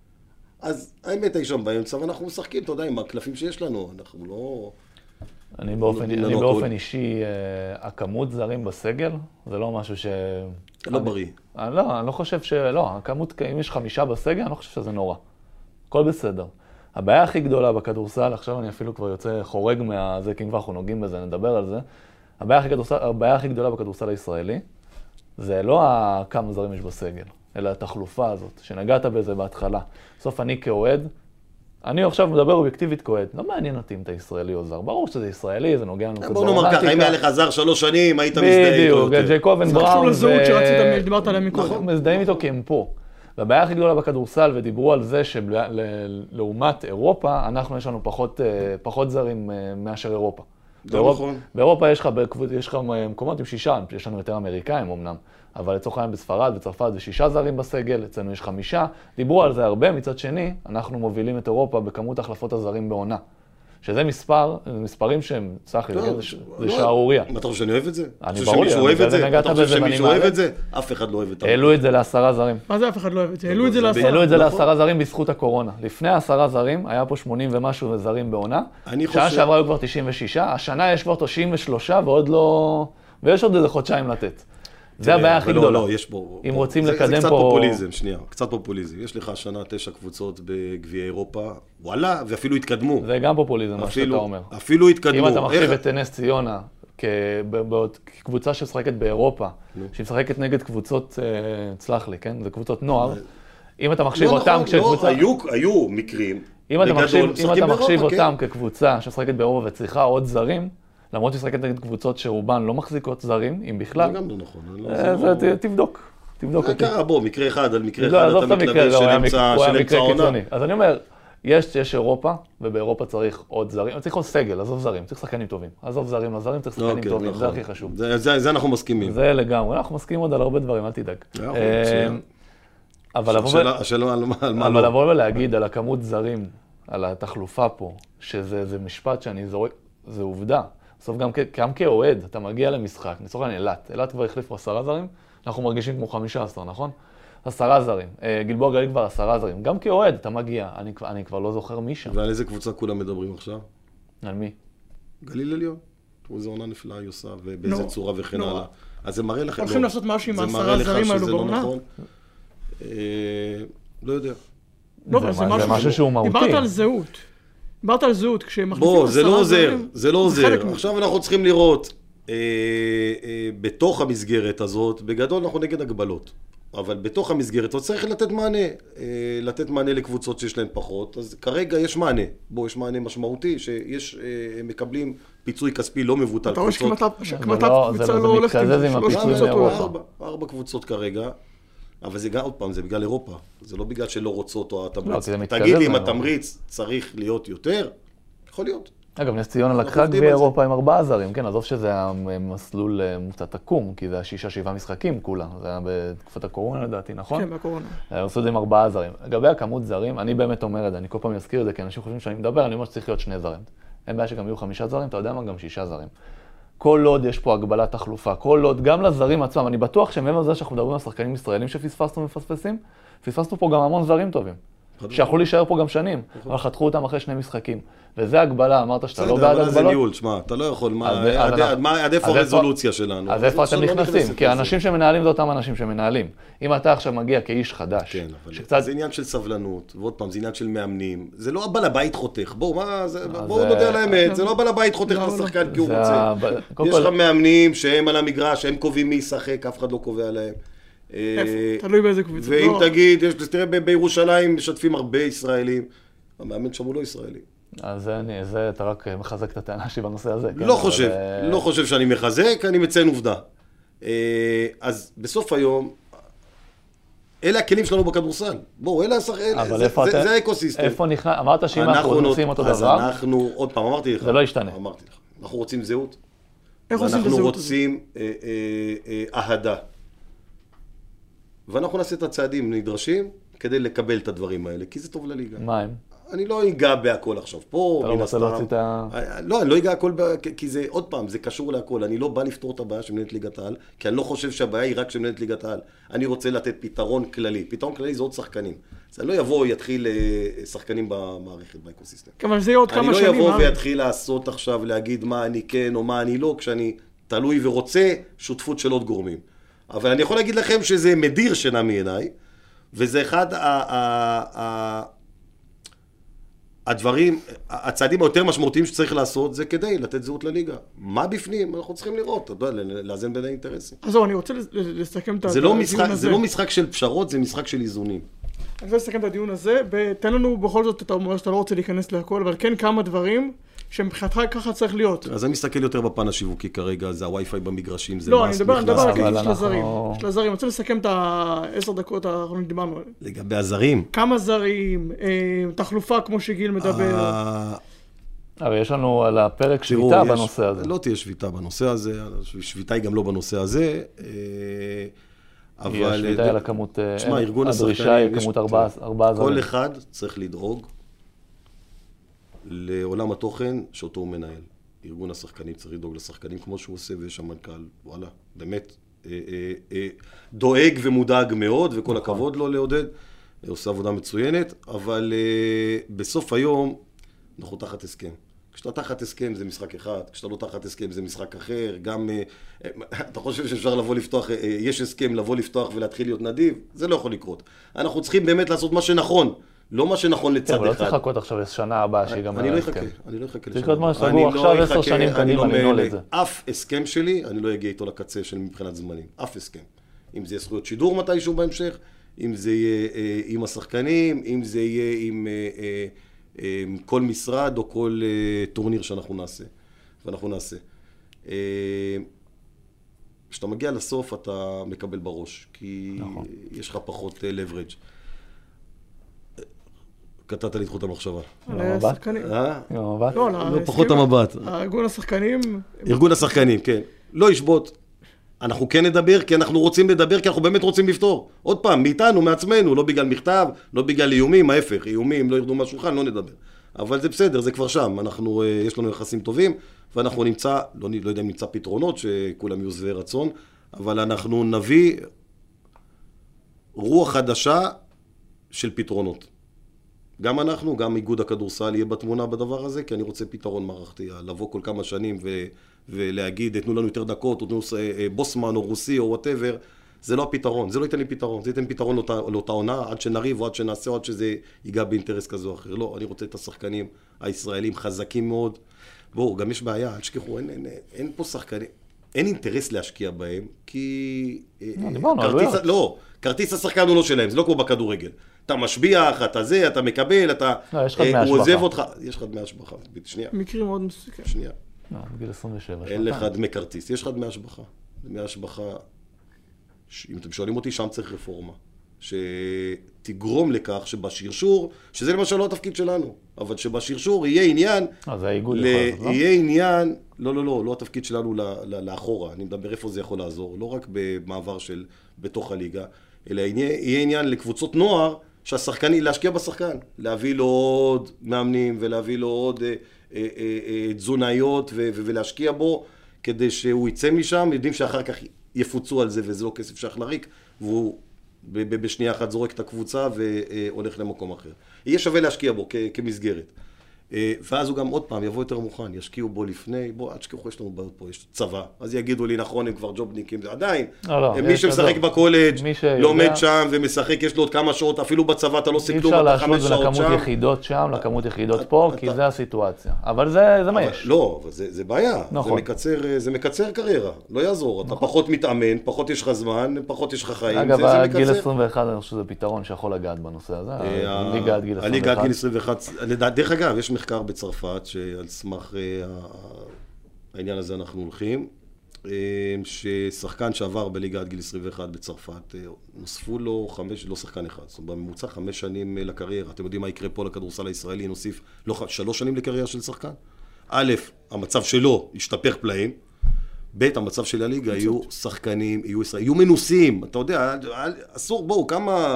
אז האמת היא שם באמצע, ואנחנו משחקים, אתה יודע, עם הקלפים שיש לנו, אנחנו לא... אני באופן אישי, הכמות זרים בסגל, זה לא משהו ש... לא בריא. לא, אני לא חושב הכמות, אם יש 5 בסגל, אני לא חושב שזה נורא. הכל בסדר. הבעיה הכי גדולה בכדורסל, עכשיו אני אפילו כבר יוצא חורג מהזה, כי כבר אנחנו נוגעים בזה, נדבר על זה. הבעיה הכי גדולה בכדורסל הישראלי, זה לא כמה זרים יש בסגל, אלא התחלופה הזאת, שנגעת בזה בהתחלה. בסוף אני כאוהד, אני עכשיו מדבר אובייקטיבית כאוהד, לא מעניין אותי אם אתה ישראלי או זר. ברור שזה ישראלי, זה נוגע לנו קצת ברומנטיקה. בוא נאמר ככה, אם היה לך זר 3 שנים, היית מזדהה איתו יותר. בדיוק, ג'ייקובן בראון. חשוב לזהות שרצית, דיברת עליהם מקודם. מזדהים איתו כי הם פה. והבעיה הכי גדולה בכדורסל, ודיברו על זה שלעומת אירופה, יש לנו פחות זרים מאשר אירופה. באירופה יש לך מקומות עם 6, יש לנו יותר אמריקאים אמנם, אבל לצורך העניין בספרד וצרפת זה 6 זרים בסגל, אצלנו יש 5, דיברו על זה הרבה, מצד שני, אנחנו מובילים את אירופה בכמות החלפות הזרים בעונה. שזה מספרים שהם, צריך לי, זה שערוריה. אתה חושב שאני אוהב את זה? אני ברור לי, אתה חושב שמישהו אוהב את זה? אף אחד לא אוהב את זה. העלו את זה ל10 זרים. מה זה אף אחד לא אוהב את זה? העלו את זה ל10 זרים בזכות הקורונה. לפני 10 זרים, היה פה 80 ומשהו זרים בעונה. שנה שעברה היו כבר 96, השנה יש כבר 93 ועוד לא... ויש עוד איזה חודשיים לתת. זה הבעיה הכי גדולה. לא, יש פה... אם רוצים לקדם פה... זה קצת פופוליזם, שנייה, קצת פופוליזם. יש לך השנה 9 קבוצות בגביע אירופה, וואלה, ואפילו התקדמו. זה גם פופוליזם, מה שאתה אומר. אפילו התקדמו. אם אתה מחשיב את נס ציונה כקבוצה שמשחקת באירופה, שהיא משחקת נגד קבוצות, צלח לי, כן? זה קבוצות נוער. אם אתה מחשיב אותם כשקבוצה... היו מקרים. אם אתה מחשיב אותם כקבוצה שמשחקת באירופה וצריכה עוד זרים, למרות שמשחקת נגד קבוצות שרובן לא מחזיקות זרים, אם בכלל. זה גם לא נכון. תבדוק אותי. בוא, מקרה אחד על מקרה אחד אתה מתלווה של אמצע עונה. אז אני אומר, יש אירופה, ובאירופה צריך עוד זרים, צריך עוד סגל, עזוב זרים, צריך שחקנים טובים. עזוב זרים לזרים, צריך שחקנים טובים, זה הכי חשוב. זה אנחנו מסכימים. זה לגמרי, אנחנו מסכימים עוד על הרבה דברים, אל תדאג. אבל לבוא ולהגיד על הכמות זרים, על התחלופה פה, שזה משפט שאני זורק, זה עובדה. בסוף גם כאוהד, אתה מגיע למשחק, נצטרך לאילת, אילת כבר החליפו 10 זרים, אנחנו מרגישים כמו 15, נכון? 10 זרים, גלבוע גליל כבר 10 זרים, גם כאוהד אתה מגיע, אני כבר לא זוכר מי שם. ועל איזה קבוצה כולם מדברים עכשיו? על מי? גליל עליון. איזו עונה נפלאה היא עושה, ובאיזה צורה וכן הלאה. אז זה מראה לכם... הולכים לעשות משהו עם 10 זרים האלו בעונה? לא יודע. זה משהו שהוא מהותי. דיברת על זהות, כשמחליפים 10 זרים... זה לא עוזר. עכשיו אנחנו צריכים לראות, בתוך המסגרת הזאת, בגדול אנחנו נגד הגבלות. אבל בתוך המסגרת, אתה צריך לתת מענה לקבוצות שיש להן פחות, אז כרגע יש מענה. יש מענה משמעותי, שיש, הם מקבלים פיצוי כספי לא מבוטל. אתה רואה שכמעט קבוצה לא הולכת עם 3 קבוצות. 4 קבוצות כרגע. אבל זה גם, עוד פעם, זה בגלל אירופה. זה לא בגלל שלא רוצות או התמריץ. תגיד לי, אם התמריץ צריך להיות יותר, יכול להיות. אגב, נס ציונה לקחה גביע אירופה עם 4 זרים, כן, עזוב שזה היה מסלול קצת עקום, כי זה היה 6-7 משחקים כולה, זה היה בתקופת הקורונה לדעתי, נכון? כן, בקורונה. עשו את זה עם 4 זרים. לגבי הכמות זרים, אני באמת אומר את זה, אני כל פעם אזכיר את זה, כי אנשים חושבים שאני מדבר, אני אומר שצריך להיות 2 זרים. אין בעיה שגם יהיו 5 זרים, אתה יודע מה? גם 6 זרים. כל עוד יש פה הגבלת תחלופה, כל עוד גם לזרים עצמם, אני בטוח שמעבר לזה שאנחנו מדברים על שחקנים ישראלים שפספסנו ומפספסים, פספסנו פה גם המון זרים טובים. שיכולו להישאר פה גם שנים, אבל חתכו אותם אחרי 2 משחקים. וזה הגבלה, אמרת שאתה לא בעד הגבלות. זה ניהול, שמע, אתה לא יכול, עד איפה הרזולוציה שלנו? אז איפה אתם נכנסים? כי האנשים שמנהלים זה אותם אנשים שמנהלים. אם אתה עכשיו מגיע כאיש חדש, זה עניין של סבלנות, ועוד פעם, זה עניין של מאמנים. זה לא הבעל הבית חותך, בואו נודה על האמת, זה לא הבעל הבית חותך את השחקן כי הוא רוצה. יש לך מאמנים שהם על המגרש, הם קובעים מי ישחק, אף אחד לא קובע להם. תלוי באיזה קבוצה. ואם תגיד, תראה בירושלים משתפים הרבה ישראלים, המאמן שם הוא לא ישראלי. אז אתה רק מחזק את הטענה שלי בנושא הזה. לא חושב שאני מחזק, אני מציין עובדה. אז בסוף היום, אלה הכלים שלנו בכדורסל. בואו, זה האקוסיסטם. איפה נכנס? אמרת שאם אנחנו עושים אותו דבר? אז אנחנו, עוד פעם, אמרתי לך. זה לא ישתנה. אמרתי לך. אנחנו רוצים זהות. ואנחנו רוצים אהדה. ואנחנו נעשה את הצעדים נדרשים כדי לקבל את הדברים האלה, כי זה טוב לליגה. מה הם? אני לא אגע בהכל עכשיו פה. אתה לא רוצה להוציא את ה... לא, אני לא אגע הכל, כי זה, עוד פעם, זה קשור להכל. אני לא בא לפתור את הבעיה של מנהלת ליגת העל, כי אני לא חושב שהבעיה היא רק של מנהלת ליגת העל. אני רוצה לתת פתרון כללי. פתרון כללי זה עוד שחקנים. אז אני לא יבוא, יתחיל שחקנים במערכת, באקוסיסטם. אבל זה יהיה עוד כמה שנים. אני לא יבוא ויתחיל לעשות עכשיו, להגיד מה אני כן או מה אני לא, כשאני תלוי ורוצה שותפות של עוד גורמים. אבל אני יכול להגיד לכם שזה מדיר שינה מעיניי, וזה אחד הדברים, הצעדים היותר משמעותיים שצריך לעשות, זה כדי לתת זהות לליגה. מה בפנים? אנחנו צריכים לראות, אתה יודע, לאזן בין האינטרסים. אז אני רוצה לסכם את הדיון הזה. זה לא משחק של פשרות, זה משחק של איזונים. אני רוצה לסכם את הדיון הזה, ותן לנו בכל זאת, אתה אומר שאתה לא רוצה להיכנס להכל, אבל כן כמה דברים שמבחינתך ככה צריך להיות. אז אני מסתכל יותר בפן השיווקי כרגע, זה הווי-פיי במגרשים, זה לא, אני מדבר על הכלים של הזרים. של הזרים, אני רוצה לסכם את 10 דקות האחרונות דיברנו עליהם. לגבי הזרים. כמה זרים, תחלופה כמו שגיל מדבר. הרי יש לנו על הפרק שביתה בנושא הזה. לא תהיה שביתה בנושא הזה, שביתה היא גם לא בנושא הזה. יש שביתה על הכמות, הדרישה היא כמות 4 זרים. כל אחד צריך לדאוג לעולם התוכן שאותו הוא מנהל. ארגון השחקנים צריך לדאוג לשחקנים כמו שהוא עושה, ויש המנכ"ל, וואלה, באמת דואג ומודאג מאוד, וכל הכבוד לו לעודד, עושה עבודה מצוינת, אבל בסוף היום אנחנו תחת הסכם. כשאתה תחת הסכם זה משחק אחד, כשאתה לא תחת הסכם זה משחק אחר, גם, אתה חושב שאפשר לבוא לפתוח, יש הסכם לבוא לפתוח ולהתחיל להיות נדיב? זה לא יכול לקרות. אנחנו צריכים באמת לעשות מה שנכון, לא מה שנכון לצד אחד. אבל לא צריך לחכות עכשיו לשנה הבאה שיגמר ההסכם. אני לא אחכה צריך להיות מה שסגור עכשיו 10 שנים קדימה לנעול את זה. אף הסכם שלי, אני לא אגיע איתו לקצה של מבחינת זמנים, אף הסכם. אם זה יהיה זכויות שידור מתישהו בהמשך, אם זה יהיה עם השחקנים, אם זה יהיה עם כל משרד או כל טורניר שאנחנו נעשה. ואנחנו נעשה. כשאתה מגיע לסוף אתה מקבל בראש, כי יש לך פחות leverage. קטעת לי את חוט המחשבה. על השחקנים. עם המבט? לא פחות המבט. ארגון השחקנים. ארגון השחקנים, כן. לא ישבות. אנחנו כן נדבר, כי אנחנו רוצים לדבר, כי אנחנו באמת רוצים לפתור. עוד פעם, מאיתנו, מעצמנו, לא בגלל מכתב, לא בגלל איומים, ההפך, איומים לא ירדו מהשולחן, לא נדבר. אבל זה בסדר, זה כבר שם. אנחנו, יש לנו יחסים טובים, ואנחנו נמצא, לא יודע אם נמצא פתרונות, שכולם יהיו שבעי רצון, אבל אנחנו נביא רוח חדשה של פתרונות. גם אנחנו, גם איגוד הכדורסל יהיה בתמונה בדבר הזה, כי אני רוצה פתרון מערכתי, לבוא כל כמה שנים ולהגיד, תנו לנו יותר דקות, תנו בוסמן או רוסי או whatever, זה לא הפתרון, זה לא ייתן לי פתרון, זה ייתן פתרון לאותה עונה, עד שנריב או עד שנעשה או עד שזה ייגע באינטרס כזה או אחר. לא, אני רוצה את השחקנים הישראלים חזקים מאוד. בואו, גם יש בעיה, אל תשכחו, אין פה שחקנים, אין אינטרס להשקיע בהם, כי... לא, כרטיס השחקן הוא לא שלהם, זה לא כמו בכדורגל. אתה משביח, אתה זה, אתה מקבל, אתה... הוא עוזב אותך. יש לך דמי השבחה. שנייה. מקרים מאוד מסוכנים. שנייה. בגיל 27. אין לך דמי כרטיס, יש לך דמי השבחה. דמי השבחה, אם אתם שואלים אותי, שם צריך רפורמה. שתגרום לכך שבשרשור, שזה למשל לא התפקיד שלנו, אבל שבשרשור יהיה עניין... זה האיגוד יכול לעשות, לא? יהיה עניין... לא התפקיד שלנו לאחורה. אני מדבר איפה זה יכול לעזור. לא רק במעבר של בתוך הליגה, אלא יהיה עניין לקבוצות נוער, שהשחקנים, להשקיע בשחקן, להביא לו עוד מאמנים ולהביא לו עוד תזונאיות ולהשקיע בו, כדי שהוא יצא משם, יודעים שאחר כך יפוצו על זה וזה לא כסף שייך לריק, והוא בשנייה אחת זורק את הקבוצה והולך למקום אחר. יהיה שווה להשקיע בו כמסגרת. ואז הוא גם עוד פעם יבוא יותר מוכן, ישקיעו בו לפני, בוא, עד שכחו, יש לנו בעיות פה, יש צבא. אז יגידו לי, נכון, הם כבר ג'ובניקים, זה עדיין. מי שמשחק בקולג', לומד שם ומשחק, יש לו עוד כמה שעות, אפילו בצבא אתה לא עושה כלום, אתה 5 שעות שם. אי אפשר להשוות בין הכמות יחידות שם, לכמות יחידות פה, כי זה הסיטואציה. אבל זה מה יש. לא, אבל זה בעיה. זה מקצר קריירה, לא יעזור. אתה פחות מתאמן, פחות יש לך זמן, פחות יש לך חיים. אגב, עד גיל 21, אני חושב שזה פתרון שיכול לגעת בנושא הזה. ליגה עד גיל 21. דרך אגב, יש מחקר בצרפת, שעל סמך העניין הזה אנחנו הולכים, ששחקן שעבר בליגה עד גיל 21 בצרפת, נוספו לו 5, לא שחקן אחד, זאת אומרת, בממוצע 5 שנים לקריירה. אתם יודעים מה יקרה פה לכדורסל הישראלי, נוסיף 3 שנים לקריירה של שחקן? א', המצב שלו ישתפר פלאים, ב', המצב של הליגה, יהיו שחקנים, יהיו מנוסים, אתה יודע, אסור, בואו, כמה...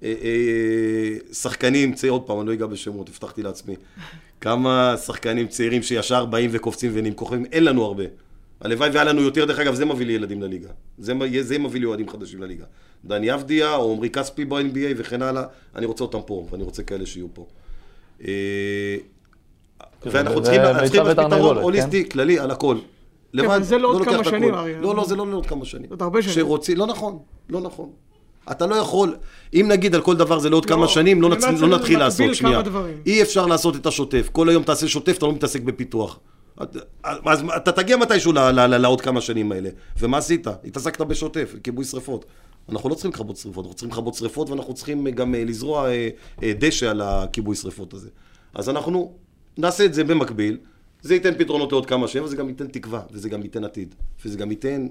שחקנים צעירים, עוד פעם, אני לא אגע בשמות, הבטחתי לעצמי, כמה שחקנים צעירים שישר באים וקופצים ונמכוחים, אין לנו הרבה. הלוואי והיה לנו יותר, דרך אגב, זה מביא לי ילדים לליגה. זה מביא לי ילדים חדשים לליגה. דני אבדיה או עמרי כספי ב-NBA וכן הלאה, אני רוצה אותם פה, ואני רוצה כאלה שיהיו פה. ואנחנו צריכים פתרון הוליסטי, כללי, על הכל. אבל זה לא עוד כמה שנים, אריה. לא, זה לא עוד כמה שנים. עוד הרבה שנים. לא נכון. אתה לא יכול, אם נגיד על כל דבר זה לא עוד כמה שנים, לא נתחיל לעשות, שנייה. אי אפשר לעשות את השוטף. כל היום תעשה שוטף, אתה לא מתעסק בפיתוח. אז אתה תגיע מתישהו לעוד כמה שנים האלה. ומה עשית? התעסקת בשוטף, כיבוי שריפות. אנחנו לא צריכים לכבות שריפות, אנחנו צריכים לכבות שריפות, ואנחנו צריכים גם לזרוע דשא על הכיבוי שריפות הזה. אז אנחנו נעשה את זה במקביל. זה ייתן פתרונות לעוד כמה שנים, וזה גם ייתן תקווה, וזה גם ייתן עתיד. וזה גם ייתן,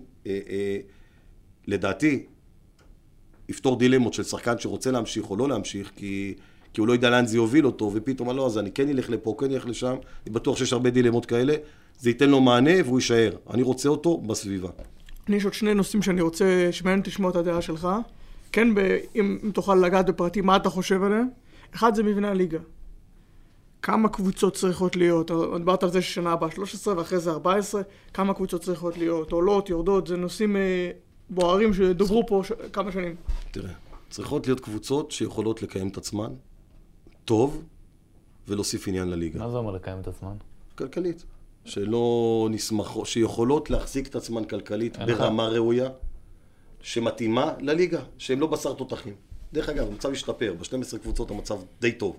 לדעתי, יפתור דילמות של שחקן שרוצה להמשיך או לא להמשיך, כי הוא לא יודע לאן זה יוביל אותו, ופתאום לא, אז אני כן ילך לפה, כן ילך לשם, אני בטוח שיש הרבה דילמות כאלה, זה ייתן לו מענה והוא יישאר. אני רוצה אותו בסביבה. יש עוד 2 נושאים שאני רוצה שמעניין תשמוע את הדעה שלך. כן, אם תוכל לגעת בפרטים, מה אתה חושב עליהם? אחד זה מבנה הליגה. כמה קבוצות צריכות להיות? דיברת על זה ששנה הבאה 13 ואחרי זה 14, כמה קבוצות צריכות להיות? עולות, יורדות, זה נושאים בוערים שדוברו פה כמה שנים. תראה, צריכות להיות קבוצות שיכולות לקיים את עצמן טוב ולהוסיף עניין לליגה. מה זה אומר לקיים את עצמן? כלכלית. שלא נסמכות, שיכולות להחזיק את עצמן כלכלית ברמה ראויה, שמתאימה לליגה, שהם לא בשר תותחים. דרך אגב, המצב השתפר, ב-12 קבוצות המצב די טוב.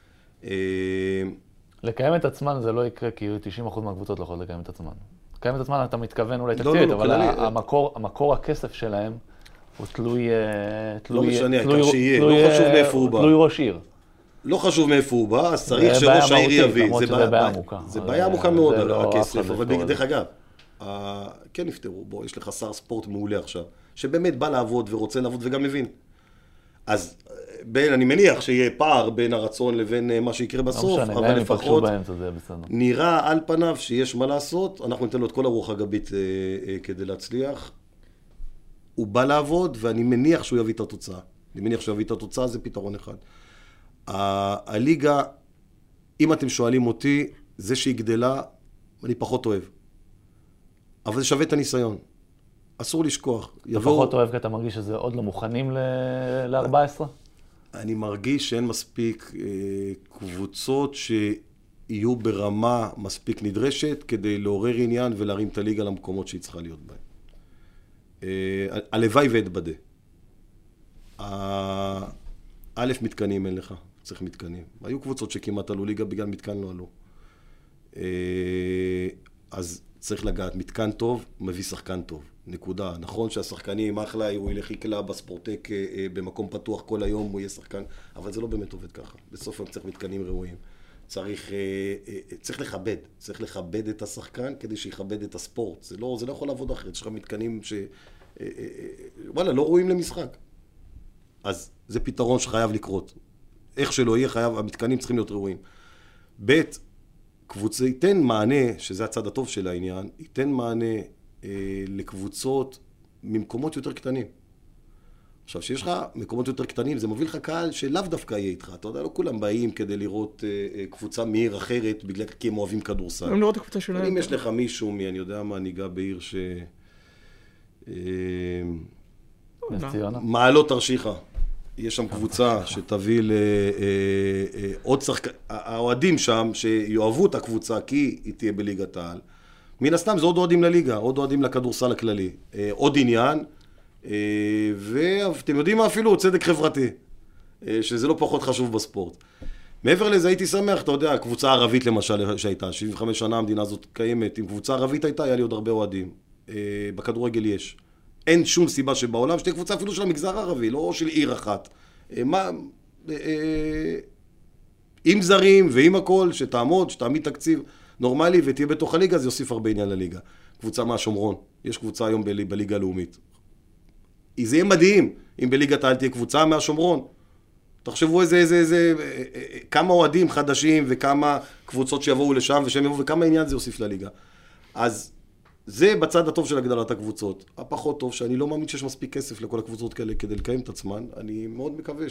לקיים את עצמן זה לא יקרה, כי 90% מהקבוצות לא יכולות לקיים את עצמן. לקיים את עצמן אתה מתכוון אולי תקציבית, אבל המקור הכסף שלהם הוא תלוי... לא משנה, העיקר שיהיה, לא חשוב מאיפה הוא בא. תלוי ראש עיר. לא חשוב מאיפה הוא בא, אז צריך שראש העיר יביא. זה בעיה עמוקה. זה בעיה עמוקה מאוד, הכסף, אבל דרך אגב, כן נפטרו, בוא, יש לך שר ספורט מעולה עכשיו, שבאמת בא לעבוד ורוצה לעבוד וגם מבין. אז אני מניח שיהיה פער בין הרצון לבין מה שיקרה בסוף, אבל לפחות נראה על פניו שיש מה לעשות, אנחנו ניתן לו את כל הרוח הגבית כדי להצליח. הוא בא לעבוד ואני מניח שהוא יביא את התוצאה. אני מניח שהוא יביא את התוצאה, זה פתרון אחד. הליגה, אם אתם שואלים אותי, זה שהיא גדלה, אני פחות אוהב. אבל זה שווה את הניסיון. אסור לשכוח. אתה פחות אוהב כי אתה מרגיש שזה עוד לא מוכנים ל-14? אני מרגיש שאין מספיק קבוצות שיהיו ברמה מספיק נדרשת כדי לעורר עניין ולהרים את הליגה למקומות שהיא צריכה להיות בהם. הלוואי ואתבדה. א', מתקנים אין לך, צריך מתקנים. היו קבוצות שכמעט עלו ליגה בגלל מתקן לא עלו. אז צריך לגעת, מתקן טוב מביא שחקן טוב. נקודה. נכון שהשחקנים אחלה, הוא ילך יקלה בספורטק במקום פתוח כל היום, הוא יהיה שחקן, אבל זה לא באמת עובד ככה. בסוף הם צריך מתקנים ראויים. צריך לכבד את השחקן כדי שיכבד את הספורט. זה לא יכול לעבוד אחרת. יש לך מתקנים וואלה, לא ראויים למשחק. אז זה פתרון שחייב לקרות. איך שלא יהיה חייב, המתקנים צריכים להיות ראויים. ב', קבוצה ייתן מענה, שזה הצד הטוב של העניין, ייתן מענה לקבוצות ממקומות יותר קטנים. עכשיו, שיש לך מקומות יותר קטנים, זה מוביל לך קהל שלאו דווקא יהיה איתך. אתה יודע, לא כולם באים כדי לראות קבוצה מעיר אחרת, בגלל כי הם אוהבים כדורסל. הם לראות הקבוצה שלהם. אם יש לך מישהו אני יודע מה, ניגע בעיר מעלות תרשיחא. יש שם קבוצה שתביא לעוד שחקן, האוהדים שם שיאהבו את הקבוצה כי היא תהיה בליגת העל. מן הסתם זה עוד אוהדים לליגה, עוד אוהדים לכדורסל הכללי. עוד עניין, ואתם יודעים מה אפילו? צדק חברתי, שזה לא פחות חשוב בספורט. מעבר לזה הייתי שמח, אתה יודע, קבוצה ערבית למשל שהייתה, 75 שנה המדינה הזאת קיימת, אם קבוצה ערבית הייתה, היה לי עוד הרבה אוהדים. בכדורגל יש. אין שום סיבה שבעולם שתהיה קבוצה אפילו של המגזר הערבי, לא של עיר אחת. עם זרים ועם הכל, שתעמיד תקציב נורמלי ותהיה בתוך הליגה, זה יוסיף הרבה עניין לליגה. קבוצה מהשומרון, יש קבוצה היום בליגה הלאומית. זה יהיה מדהים אם בליגת העל תהיה קבוצה מהשומרון. תחשבו כמה אוהדים חדשים וכמה קבוצות שיבואו לשם ושהם יבואו וכמה עניין זה יוסיף לליגה. אז זה בצד הטוב של הגדלת הקבוצות. הפחות טוב שאני לא מאמין שיש מספיק כסף לכל הקבוצות כאלה כדי לקיים את עצמן. אני מאוד מקווה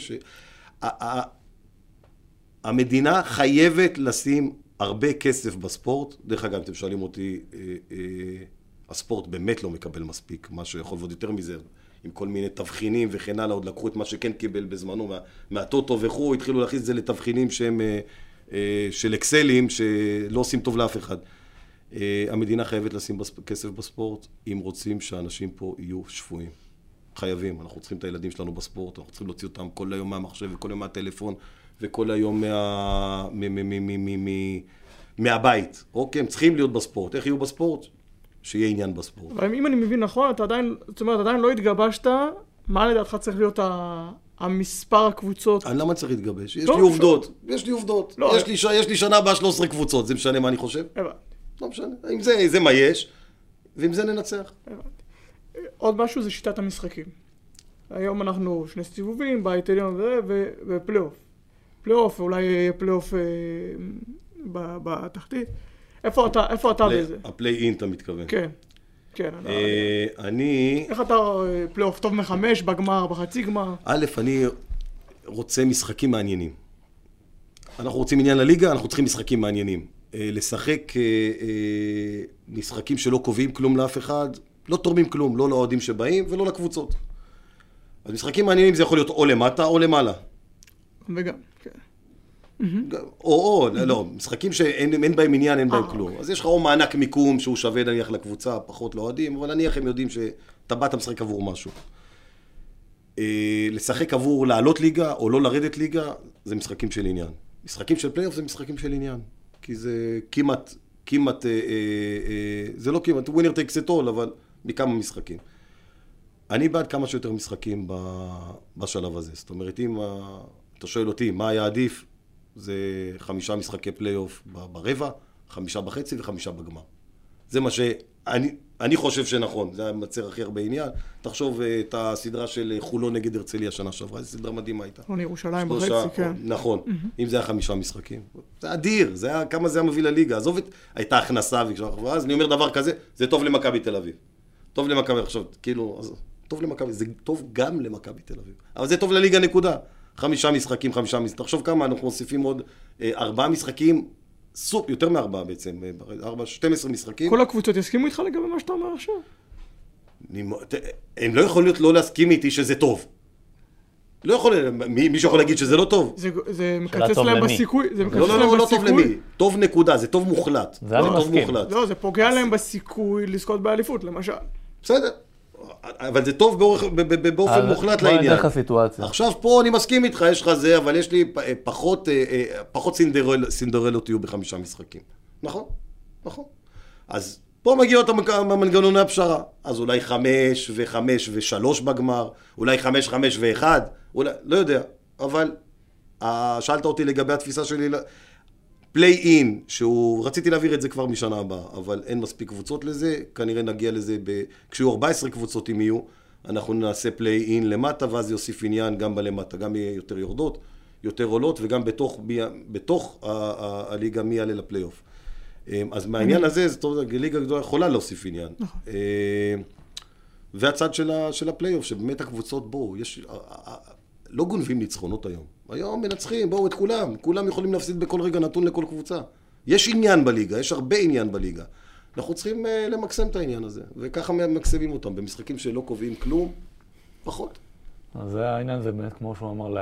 שהמדינה חייבת לשים הרבה כסף בספורט. דרך אגב, אתם שואלים אותי, הספורט באמת לא מקבל מספיק, מה שיכול להיות יותר מזה, עם כל מיני תבחינים וכן הלאה, עוד לקחו את מה שכן קיבל בזמנו מהטוטו וכו', התחילו להכניס את זה לתבחינים שהם של אקסלים, שלא עושים טוב לאף אחד. המדינה חייבת לשים כסף בספורט, אם רוצים שאנשים פה יהיו שפויים. חייבים, אנחנו צריכים את הילדים שלנו בספורט, אנחנו צריכים להוציא אותם כל היום מהמחשב וכל היום מהטלפון וכל היום מהבית. אוקיי, הם צריכים להיות בספורט. איך יהיו בספורט? שיהיה עניין בספורט. אבל אם אני מבין נכון, אתה עדיין לא התגבשת, מה לדעתך צריך להיות המספר הקבוצות? אני למה צריך להתגבש? יש לי עובדות. יש לי שנה הבאה 13 קבוצות, זה משנה מה אני חושב? לא משנה. אם זה מה יש, ועם זה ננצח. עוד משהו זה שיטת המשחקים. היום אנחנו 2 סיבובים, בית עליון ופלייאוף. פלייאוף, אולי יהיה פלייאוף בתחתית. איפה אתה בזה? הפליי-אין אתה מתכוון. כן. כן. אני... איך אתה פלייאוף טוב מ5 בגמר, בחצי גמר? א', אני רוצה משחקים מעניינים. אנחנו רוצים עניין לליגה, אנחנו צריכים משחקים מעניינים. לשחק משחקים שלא קובעים כלום לאף אחד, לא תורמים כלום, לא לאוהדים שבאים ולא לקבוצות. אז משחקים מעניינים זה יכול להיות או למטה או למעלה. וגם, כן. או, לא, משחקים שאין בהם עניין, אין בהם כלום. אז יש לך או מענק מיקום שהוא שווה נניח לקבוצה, פחות לאוהדים, אבל נניח הם יודעים שאתה באת משחק עבור משהו. לשחק עבור לעלות ליגה או לא לרדת ליגה, זה משחקים של עניין. משחקים של פלייאוף זה משחקים של עניין. כי זה כמעט, זה לא כמעט, ווינר טייקס את אול, אבל מכמה משחקים. אני בעד כמה שיותר משחקים בשלב הזה. זאת אומרת, אם אתה שואל אותי מה היה עדיף, זה 5 משחקי פלייאוף ברבע, 5 בחצי ו5 בגמר. זה מה שאני חושב שנכון, זה המצר הכי הרבה עניין. תחשוב את הסדרה של חולון נגד הרצליה שנה שעברה, זו סדרה מדהימה הייתה. או ירושלים בחצי, כן. נכון, אם זה היה 5 משחקים. זה אדיר, כמה זה היה מביא לליגה. עזוב הייתה הכנסה, אז אני אומר דבר כזה, זה טוב למכבי תל אביב. טוב למכבי, עכשיו, כאילו, טוב למכבי, זה טוב גם למכבי תל אביב. אבל זה טוב לליגה נקודה. 5 משחקים. תחשוב כמה, אנחנו מוסיפים עוד 4 משחקים, יותר מ4 בעצם, 12 משחקים. כל הקבוצות יסכימו איתך לגבי מה שאתה אומר עכשיו? הם לא יכולים לא להסכים איתי שזה טוב. לא יכול, מישהו יכול להגיד שזה לא טוב. זה מקצץ להם בסיכוי. לא טוב למי. טוב נקודה, זה טוב מוחלט. זה אני מסכים. לא, זה פוגע להם בסיכוי לזכות באליפות, למשל. בסדר. אבל זה טוב באופן מוחלט לעניין. בוא נלך הסיטואציה. עכשיו פה אני מסכים איתך, יש לך זה, אבל יש לי פחות סינדרלות יהיו ב5 משחקים. נכון? נכון. אז פה מגיעות המנגנוני הפשרה. אז אולי 5 ו5 ו3 בגמר, אולי 5, 5 ו1, לא יודע. אבל שאלת אותי לגבי התפיסה שלי, פליי-אין, רציתי להעביר את זה כבר משנה הבאה, אבל אין מספיק קבוצות לזה, כנראה נגיע לזה, כשיהיו 14 קבוצות אם יהיו, אנחנו נעשה פליי-אין למטה, ואז יוסיף עניין גם בלמטה, גם יהיה יותר יורדות, יותר עולות, וגם בתוך הליגה מי יעלה לפליי-אוף. אז מהעניין הזה, זאת אומרת, ליגה גדולה יכולה להוסיף עניין. והצד של הפליי-אוף, שבאמת הקבוצות בואו, לא גונבים ניצחונות היום. היום מנצחים, בואו את כולם יכולים להפסיד בכל רגע נתון לכל קבוצה. יש עניין בליגה, יש הרבה עניין בליגה. אנחנו צריכים למקסם את העניין הזה, וככה מקסמים אותם, במשחקים שלא קובעים כלום, פחות. אז העניין זה באמת, כמו שהוא אמר,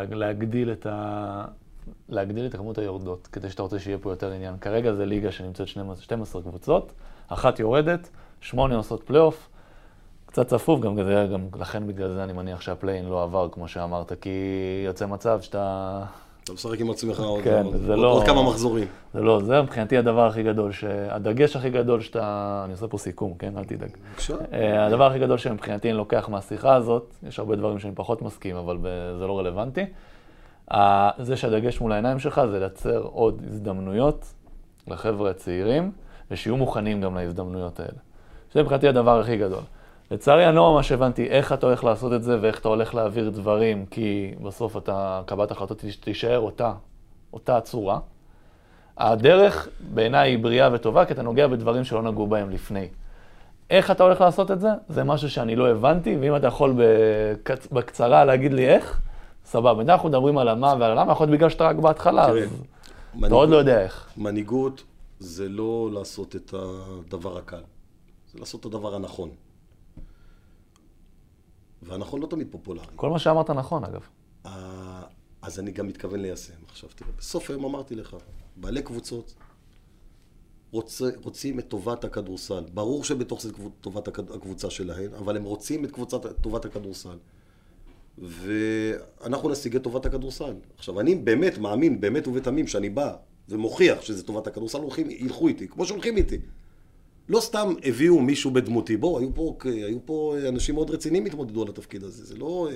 להגדיל את כמות היורדות, כדי שאתה רוצה שיהיה פה יותר עניין. כרגע זה ליגה שנמצאת 12 קבוצות, 1 יורדת, 8 עושות פלייאוף, קצת צפוף, גם לכן בגלל זה אני מניח שהפליין לא עבר, כמו שאמרת, כי יוצא מצב שאתה... אתה משחק עם עצמך עוד כמה מחזורים. זה לא, זה מבחינתי הדבר הכי גדול, הדגש הכי גדול שאתה... אני עושה פה סיכום, כן? אל תדאג. הדבר הכי גדול שמבחינתי אני לוקח מהשיחה הזאת, יש הרבה דברים שאני פחות מסכים, אבל זה לא רלוונטי. זה שהדגש מול העיניים שלך זה לייצר עוד הזדמנויות לחבר'ה הצעירים, ושיהיו מוכנים גם להזדמנויות האלה. זה מבחינתי הדבר הכי גדול. לצערי אני לא ממש הבנתי איך אתה הולך לעשות את זה ואיך אתה הולך להעביר דברים, כי בסוף קבלת החלטות תישאר אותה צורה. הדרך בעיניי היא בריאה וטובה, כי אתה נוגע בדברים שלא נגעו בהם לפני. איך אתה הולך לעשות את זה? זה משהו שאני לא הבנתי, ואם אתה יכול בקצרה להגיד לי איך, סבבה. אנחנו מדברים על המה ועל הלמה, יכול להיות בגלל שאתה רק בהתחלה, אז אתה עוד לא יודע איך. מנהיגות זה לא לעשות את הדבר הקל, זה לעשות את הדבר הנכון. והנכון לא תמיד פופולרי. כל מה שאמרת נכון, אגב. אז אני גם מתכוון ליישם. עכשיו, תראה, בסוף היום אמרתי לך, בעלי קבוצות רוצים את טובת הכדורסל. ברור שבתוך זה טובת הקבוצה שלהן, אבל הם רוצים את טובת הכדורסל. ואנחנו נשיג את טובת הכדורסל. עכשיו, אני באמת מאמין, באמת ובתמים, שאני בא ומוכיח שזה טובת הכדורסל, ילכו איתי, כמו שהולכים איתי. לא סתם הביאו מישהו בדמותי, בואו, היו פה אנשים מאוד רציניים התמודדו על התפקיד הזה, זה לא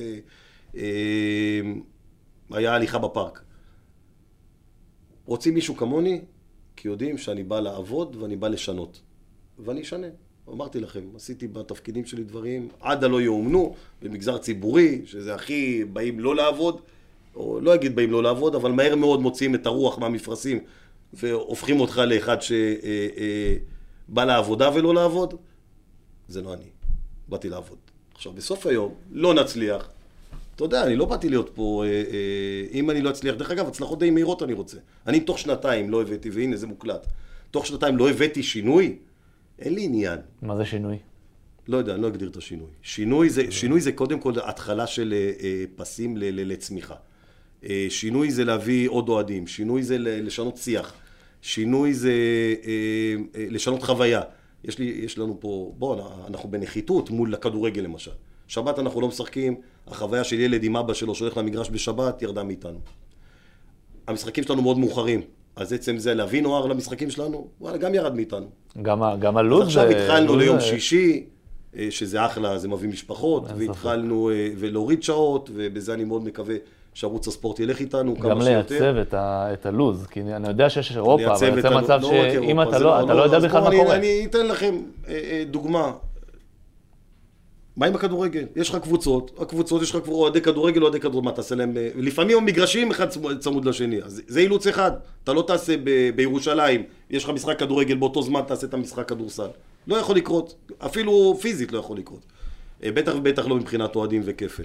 היה הליכה בפארק. רוצים מישהו כמוני, כי יודעים שאני בא לעבוד ואני בא לשנות. ואני אשנה. אמרתי לכם, עשיתי בתפקידים שלי דברים, עד הלא יאומנו, במגזר ציבורי, שזה הכי באים לא לעבוד, או לא אגיד באים לא לעבוד, אבל מהר מאוד מוציאים את הרוח מהמפרשים, והופכים אותך לאחד בא לעבודה ולא לעבוד, זה לא אני. באתי לעבוד. עכשיו, בסוף היום, לא נצליח. אתה יודע, אני לא באתי להיות פה, אם אני לא אצליח, דרך אגב, הצלחות די מהירות אני רוצה. אני תוך שנתיים לא הבאתי, והנה זה מוקלט. תוך שנתיים לא הבאתי שינוי, אין לי עניין. מה זה שינוי? לא יודע, אני לא אגדיר את השינוי. שינוי זה קודם כל התחלה של פסים לצמיחה. שינוי זה להביא עוד אוהדים, שינוי זה לשנות שיח, שינוי זה לשנות חוויה. יש לנו פה, אנחנו בנחיתות מול הכדורגל למשל. שבת אנחנו לא משחקים, החוויה של ילד עם אבא שלו שהולך למגרש בשבת ירדה מאיתנו. המשחקים שלנו מאוד מאוחרים, אז עצם זה להביא נוער למשחקים שלנו, וואלה, גם ירד מאיתנו. גם הלוז... אז עכשיו התחלנו ליום שישי, שזה אחלה, זה מביא משפחות, והתחלנו ולהוריד שעות, ובזה אני מאוד מקווה שערוץ הספורט ילך איתנו כמה שיותר. גם לייצב את הלוז, כי אני יודע שיש אירופה, אבל יוצא מצב שאם אתה לא יודע בכלל מה קורה. אני אתן לכם דוגמה. מה עם הכדורגל? יש לך קבוצות, הקבוצות יש לך כבר אוהדי כדורגל, אוהדי כדורגל, מה תעשה להם? לפעמים המגרשים אחד צמוד לשני, אז זה אילוץ אחד. אתה לא תעשה בירושלים, יש לך משחק כדורגל באותו זמן, תעשה את המשחק כדורסל. לא יכול לקרות, אפילו פיזית לא יכול לקרות. בטח ובטח לא מבחינת אוהדים וכפל.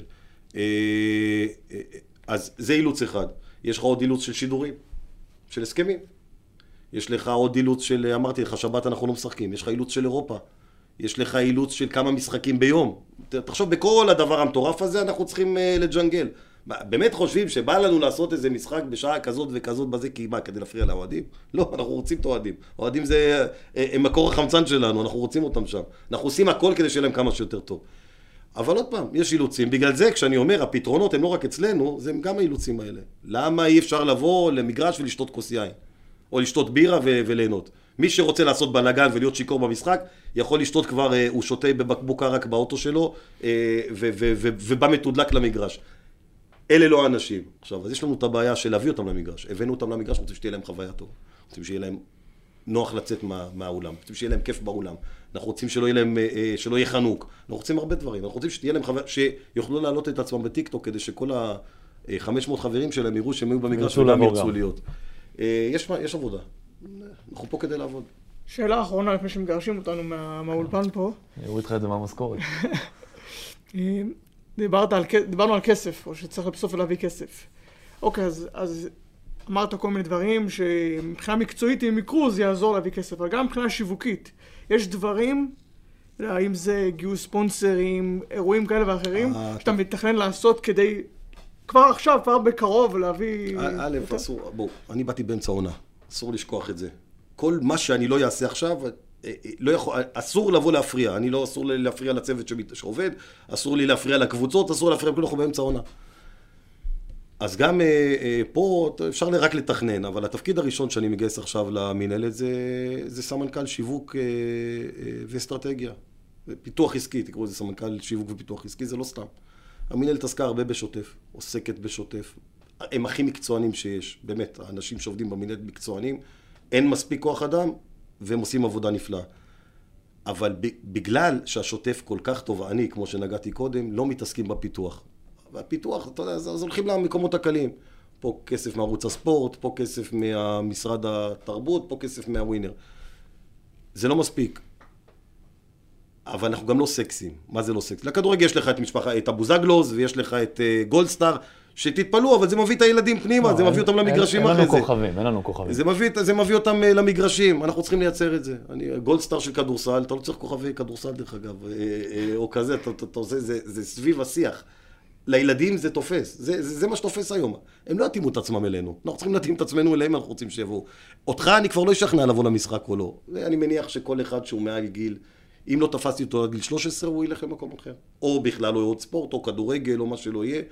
אז זה אילוץ אחד. יש לך עוד אילוץ של שידורים, של הסכמים. יש לך עוד אילוץ של, אמרתי לך, שבת אנחנו לא משחקים. יש לך אילוץ של אירופה. יש לך אילוץ של כמה משחקים ביום. תחשוב, בכל הדבר המטורף הזה אנחנו צריכים לג'נגל. באמת חושבים שבא לנו לעשות איזה משחק בשעה כזאת וכזאת בזה, כי מה, כדי להפריע לאוהדים? לא, אנחנו רוצים את האוהדים. האוהדים זה מקור החמצן שלנו, אנחנו רוצים אותם שם. אנחנו עושים הכל כדי שיהיה להם כמה שיותר טוב. אבל עוד פעם, יש אילוצים. בגלל זה, כשאני אומר, הפתרונות הם לא רק אצלנו, זה גם האילוצים האלה. למה אי אפשר לבוא למגרש ולשתות כוס יין? או לשתות בירה וליהנות? מי שרוצה לעשות בלגן ולהיות שיקור במשחק, יכול לשתות כבר, הוא שותה בבקבוק ערק באוטו שלו, ובא מתודלק למגרש. אלה לא האנשים. עכשיו, אז יש לנו את הבעיה של להביא אותם למגרש. הבאנו אותם למגרש, רוצים שתהיה להם חוויה טוב. רוצים שיהיה להם נוח לצאת מהאולם. רוצים שיהיה להם כיף באולם. אנחנו רוצים שלא יהיה חנוק. אנחנו רוצים הרבה דברים. אנחנו רוצים שתהיה להם חוויה, שיוכלו להעלות את עצמם בטיקטוק, כדי שכל ה-500 חברים שלהם יראו שהם היו במגרש וגם ירצו להיות. יש עבודה. אנחנו פה כדי לעבוד. שאלה אחרונה לפני שמגרשים אותנו מהאולפן פה. יראו איתך את זה מהמשכורת. דיברנו על כסף, או שצריך בסוף להביא כסף. אוקיי, אז אמרת כל מיני דברים שמבחינה מקצועית, אם יקרו, זה יעזור להביא כסף, אבל גם מבחינה שיווקית. יש דברים, אם זה גיוס ספונסרים, אירועים כאלה ואחרים, שאתה מתכנן לעשות כדי, כבר עכשיו, כבר בקרוב, להביא... אסור, בואו, אני באתי באמצע עונה, אסור לשכוח את זה. כל מה שאני לא אעשה עכשיו, אסור לבוא להפריע, אני לא אסור להפריע לצוות שעובד, אסור לי להפריע לקבוצות, אסור להפריע, אנחנו באמצע עונה. אז פה אפשר רק לתכנן, אבל התפקיד הראשון שאני מגייס עכשיו למנהלת זה סמנכ"ל שיווק ואסטרטגיה. פיתוח עסקי, תקראו לזה סמנכ"ל שיווק ופיתוח עסקי, זה לא סתם. המנהלת עסקה הרבה בשוטף, עוסקת בשוטף. הם הכי מקצוענים שיש, באמת, האנשים שעובדים במנהלת מקצוענים, אין מספיק כוח אדם, והם עושים עבודה נפלאה. אבל בגלל שהשוטף כל כך תובעני, כמו שנגעתי קודם, לא מתעסקים בפיתוח. והפיתוח, אתה יודע, אז הולכים למקומות הקלים. פה כסף מערוץ הספורט, פה כסף מהמשרד התרבות, פה כסף מהווינר. זה לא מספיק. אבל אנחנו גם לא סקסים. מה זה לא סקס? לכדורגל יש לך את הבוזגלוז, ויש לך את גולדסטאר, שתתפלו, אבל זה מביא את הילדים פנימה, זה מביא אותם למגרשים אחרי זה. אין לנו כוכבים. זה מביא אותם למגרשים, אנחנו צריכים לייצר את זה. גולדסטאר של כדורסל, אתה לא צריך כוכבי כדורסל דרך אגב, או כזה, אתה עושה, זה סביב השיח. לילדים זה תופס, זה מה שתופס היום. הם לא יתאימו את עצמם אלינו, אנחנו צריכים להתאים את עצמנו אליהם, אנחנו רוצים שיבואו. אותך אני כבר לא אשכנע לבוא למשחק או לא. אני מניח שכל אחד שהוא מעל גיל, אם לא תפסתי אותו עד גיל 13, הוא ילך למקום אחר. או בכלל, או עוד ספורט, או כדורגל, או מה שלא יהיה.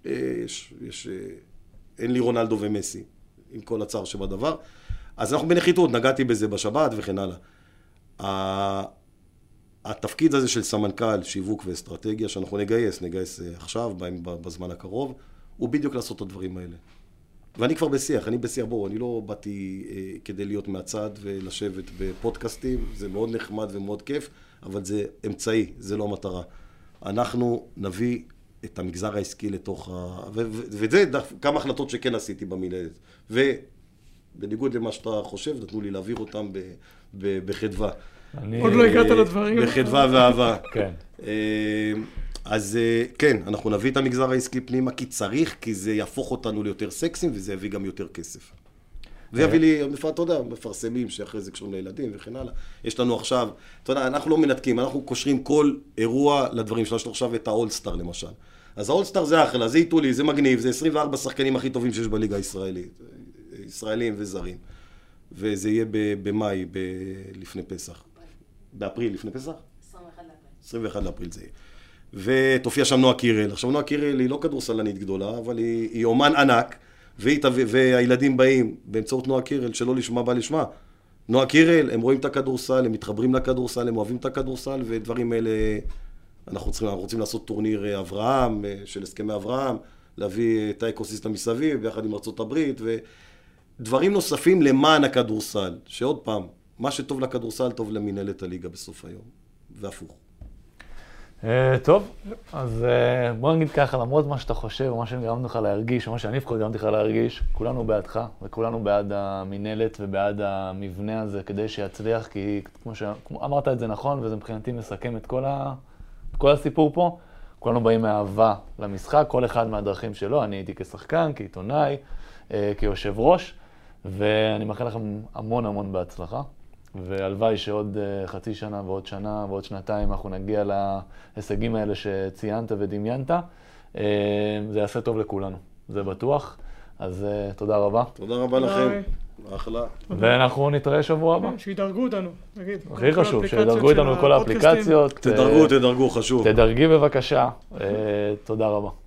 אין לי רונלדו ומסי, עם כל הצער שבדבר. אז אנחנו בנחיתות, נגעתי בזה בשבת וכן הלאה. התפקיד הזה של סמנכ"ל, שיווק ואסטרטגיה, שאנחנו נגייס עכשיו, בזמן הקרוב, הוא בדיוק לעשות את הדברים האלה. ואני כבר בשיח, אני לא באתי כדי להיות מהצד ולשבת בפודקאסטים, זה מאוד נחמד ומאוד כיף, אבל זה אמצעי, זה לא מטרה. אנחנו נביא את המגזר העסקי לתוך וזה כמה החלטות שכן עשיתי במנהלת. ובניגוד למה שאתה חושב, נתנו לי להעביר אותם בחדווה. עוד לא הגעת לדברים. בחדווה ואהבה. כן. אז כן, אנחנו נביא את המגזר העסקי פנימה כי צריך, כי זה יהפוך אותנו ליותר סקסים וזה יביא גם יותר כסף. ויביא לי, אתה יודע, מפרסמים שאחרי זה קשורים לילדים וכן הלאה. יש לנו עכשיו, אתה יודע, אנחנו לא מנתקים, אנחנו קושרים כל אירוע לדברים שלנו. יש לנו עכשיו את האולסטאר למשל. אז האולסטאר זה אחלה, זה איטולי, זה מגניב, זה 24 שחקנים הכי טובים שיש בליגה הישראלית, ישראלים וזרים. וזה יהיה במאי, לפני פסח. באפריל, לפני פסח? 21 לאפריל זה יהיה. ותופיע שם נועה קירל. עכשיו נועה קירל היא לא כדורסלנית גדולה, אבל היא אומן ענק, והילדים באים באמצעות נועה קירל, שלא לשמה בא לשמה. נועה קירל, הם רואים את הכדורסל, הם מתחברים לכדורסל, הם אוהבים את הכדורסל, ודברים אלה, אנחנו רוצים לעשות טורניר אברהם, של הסכמי אברהם, להביא את האקוסיסטם מסביב, ביחד עם ארצות הברית, ודברים נוספים למען הכדורסל, שעוד פעם, מה שטוב לכדורסל טוב למנהלת הליגה בסוף היום, והפוך. טוב, אז בוא נגיד ככה, למרות מה שאתה חושב, או מה שגרמנו לך להרגיש, או מה שאני לפחות גרמתי לך להרגיש, כולנו בעדך, וכולנו בעד המנהלת ובעד המבנה הזה כדי שיצליח, כי כמו שאמרת את זה נכון, וזה מבחינתי מסכם את כל הסיפור פה, כולנו באים מאהבה למשחק, כל אחד מהדרכים שלו, אני הייתי כשחקן, כעיתונאי, כיושב ראש, ואני מאחל לכם המון המון בהצלחה. והלוואי שעוד חצי שנה ועוד שנה ועוד שנתיים אנחנו נגיע להישגים האלה שציינת ודמיינת. זה יעשה טוב לכולנו, זה בטוח. אז תודה רבה. תודה רבה לכם. אחלה. ואנחנו נתראה שבוע הבא. שידרגו אותנו, נגיד. הכי חשוב, שידרגו אותנו בכל האפליקציות. תדרגו, חשוב. תדרגי בבקשה. תודה רבה.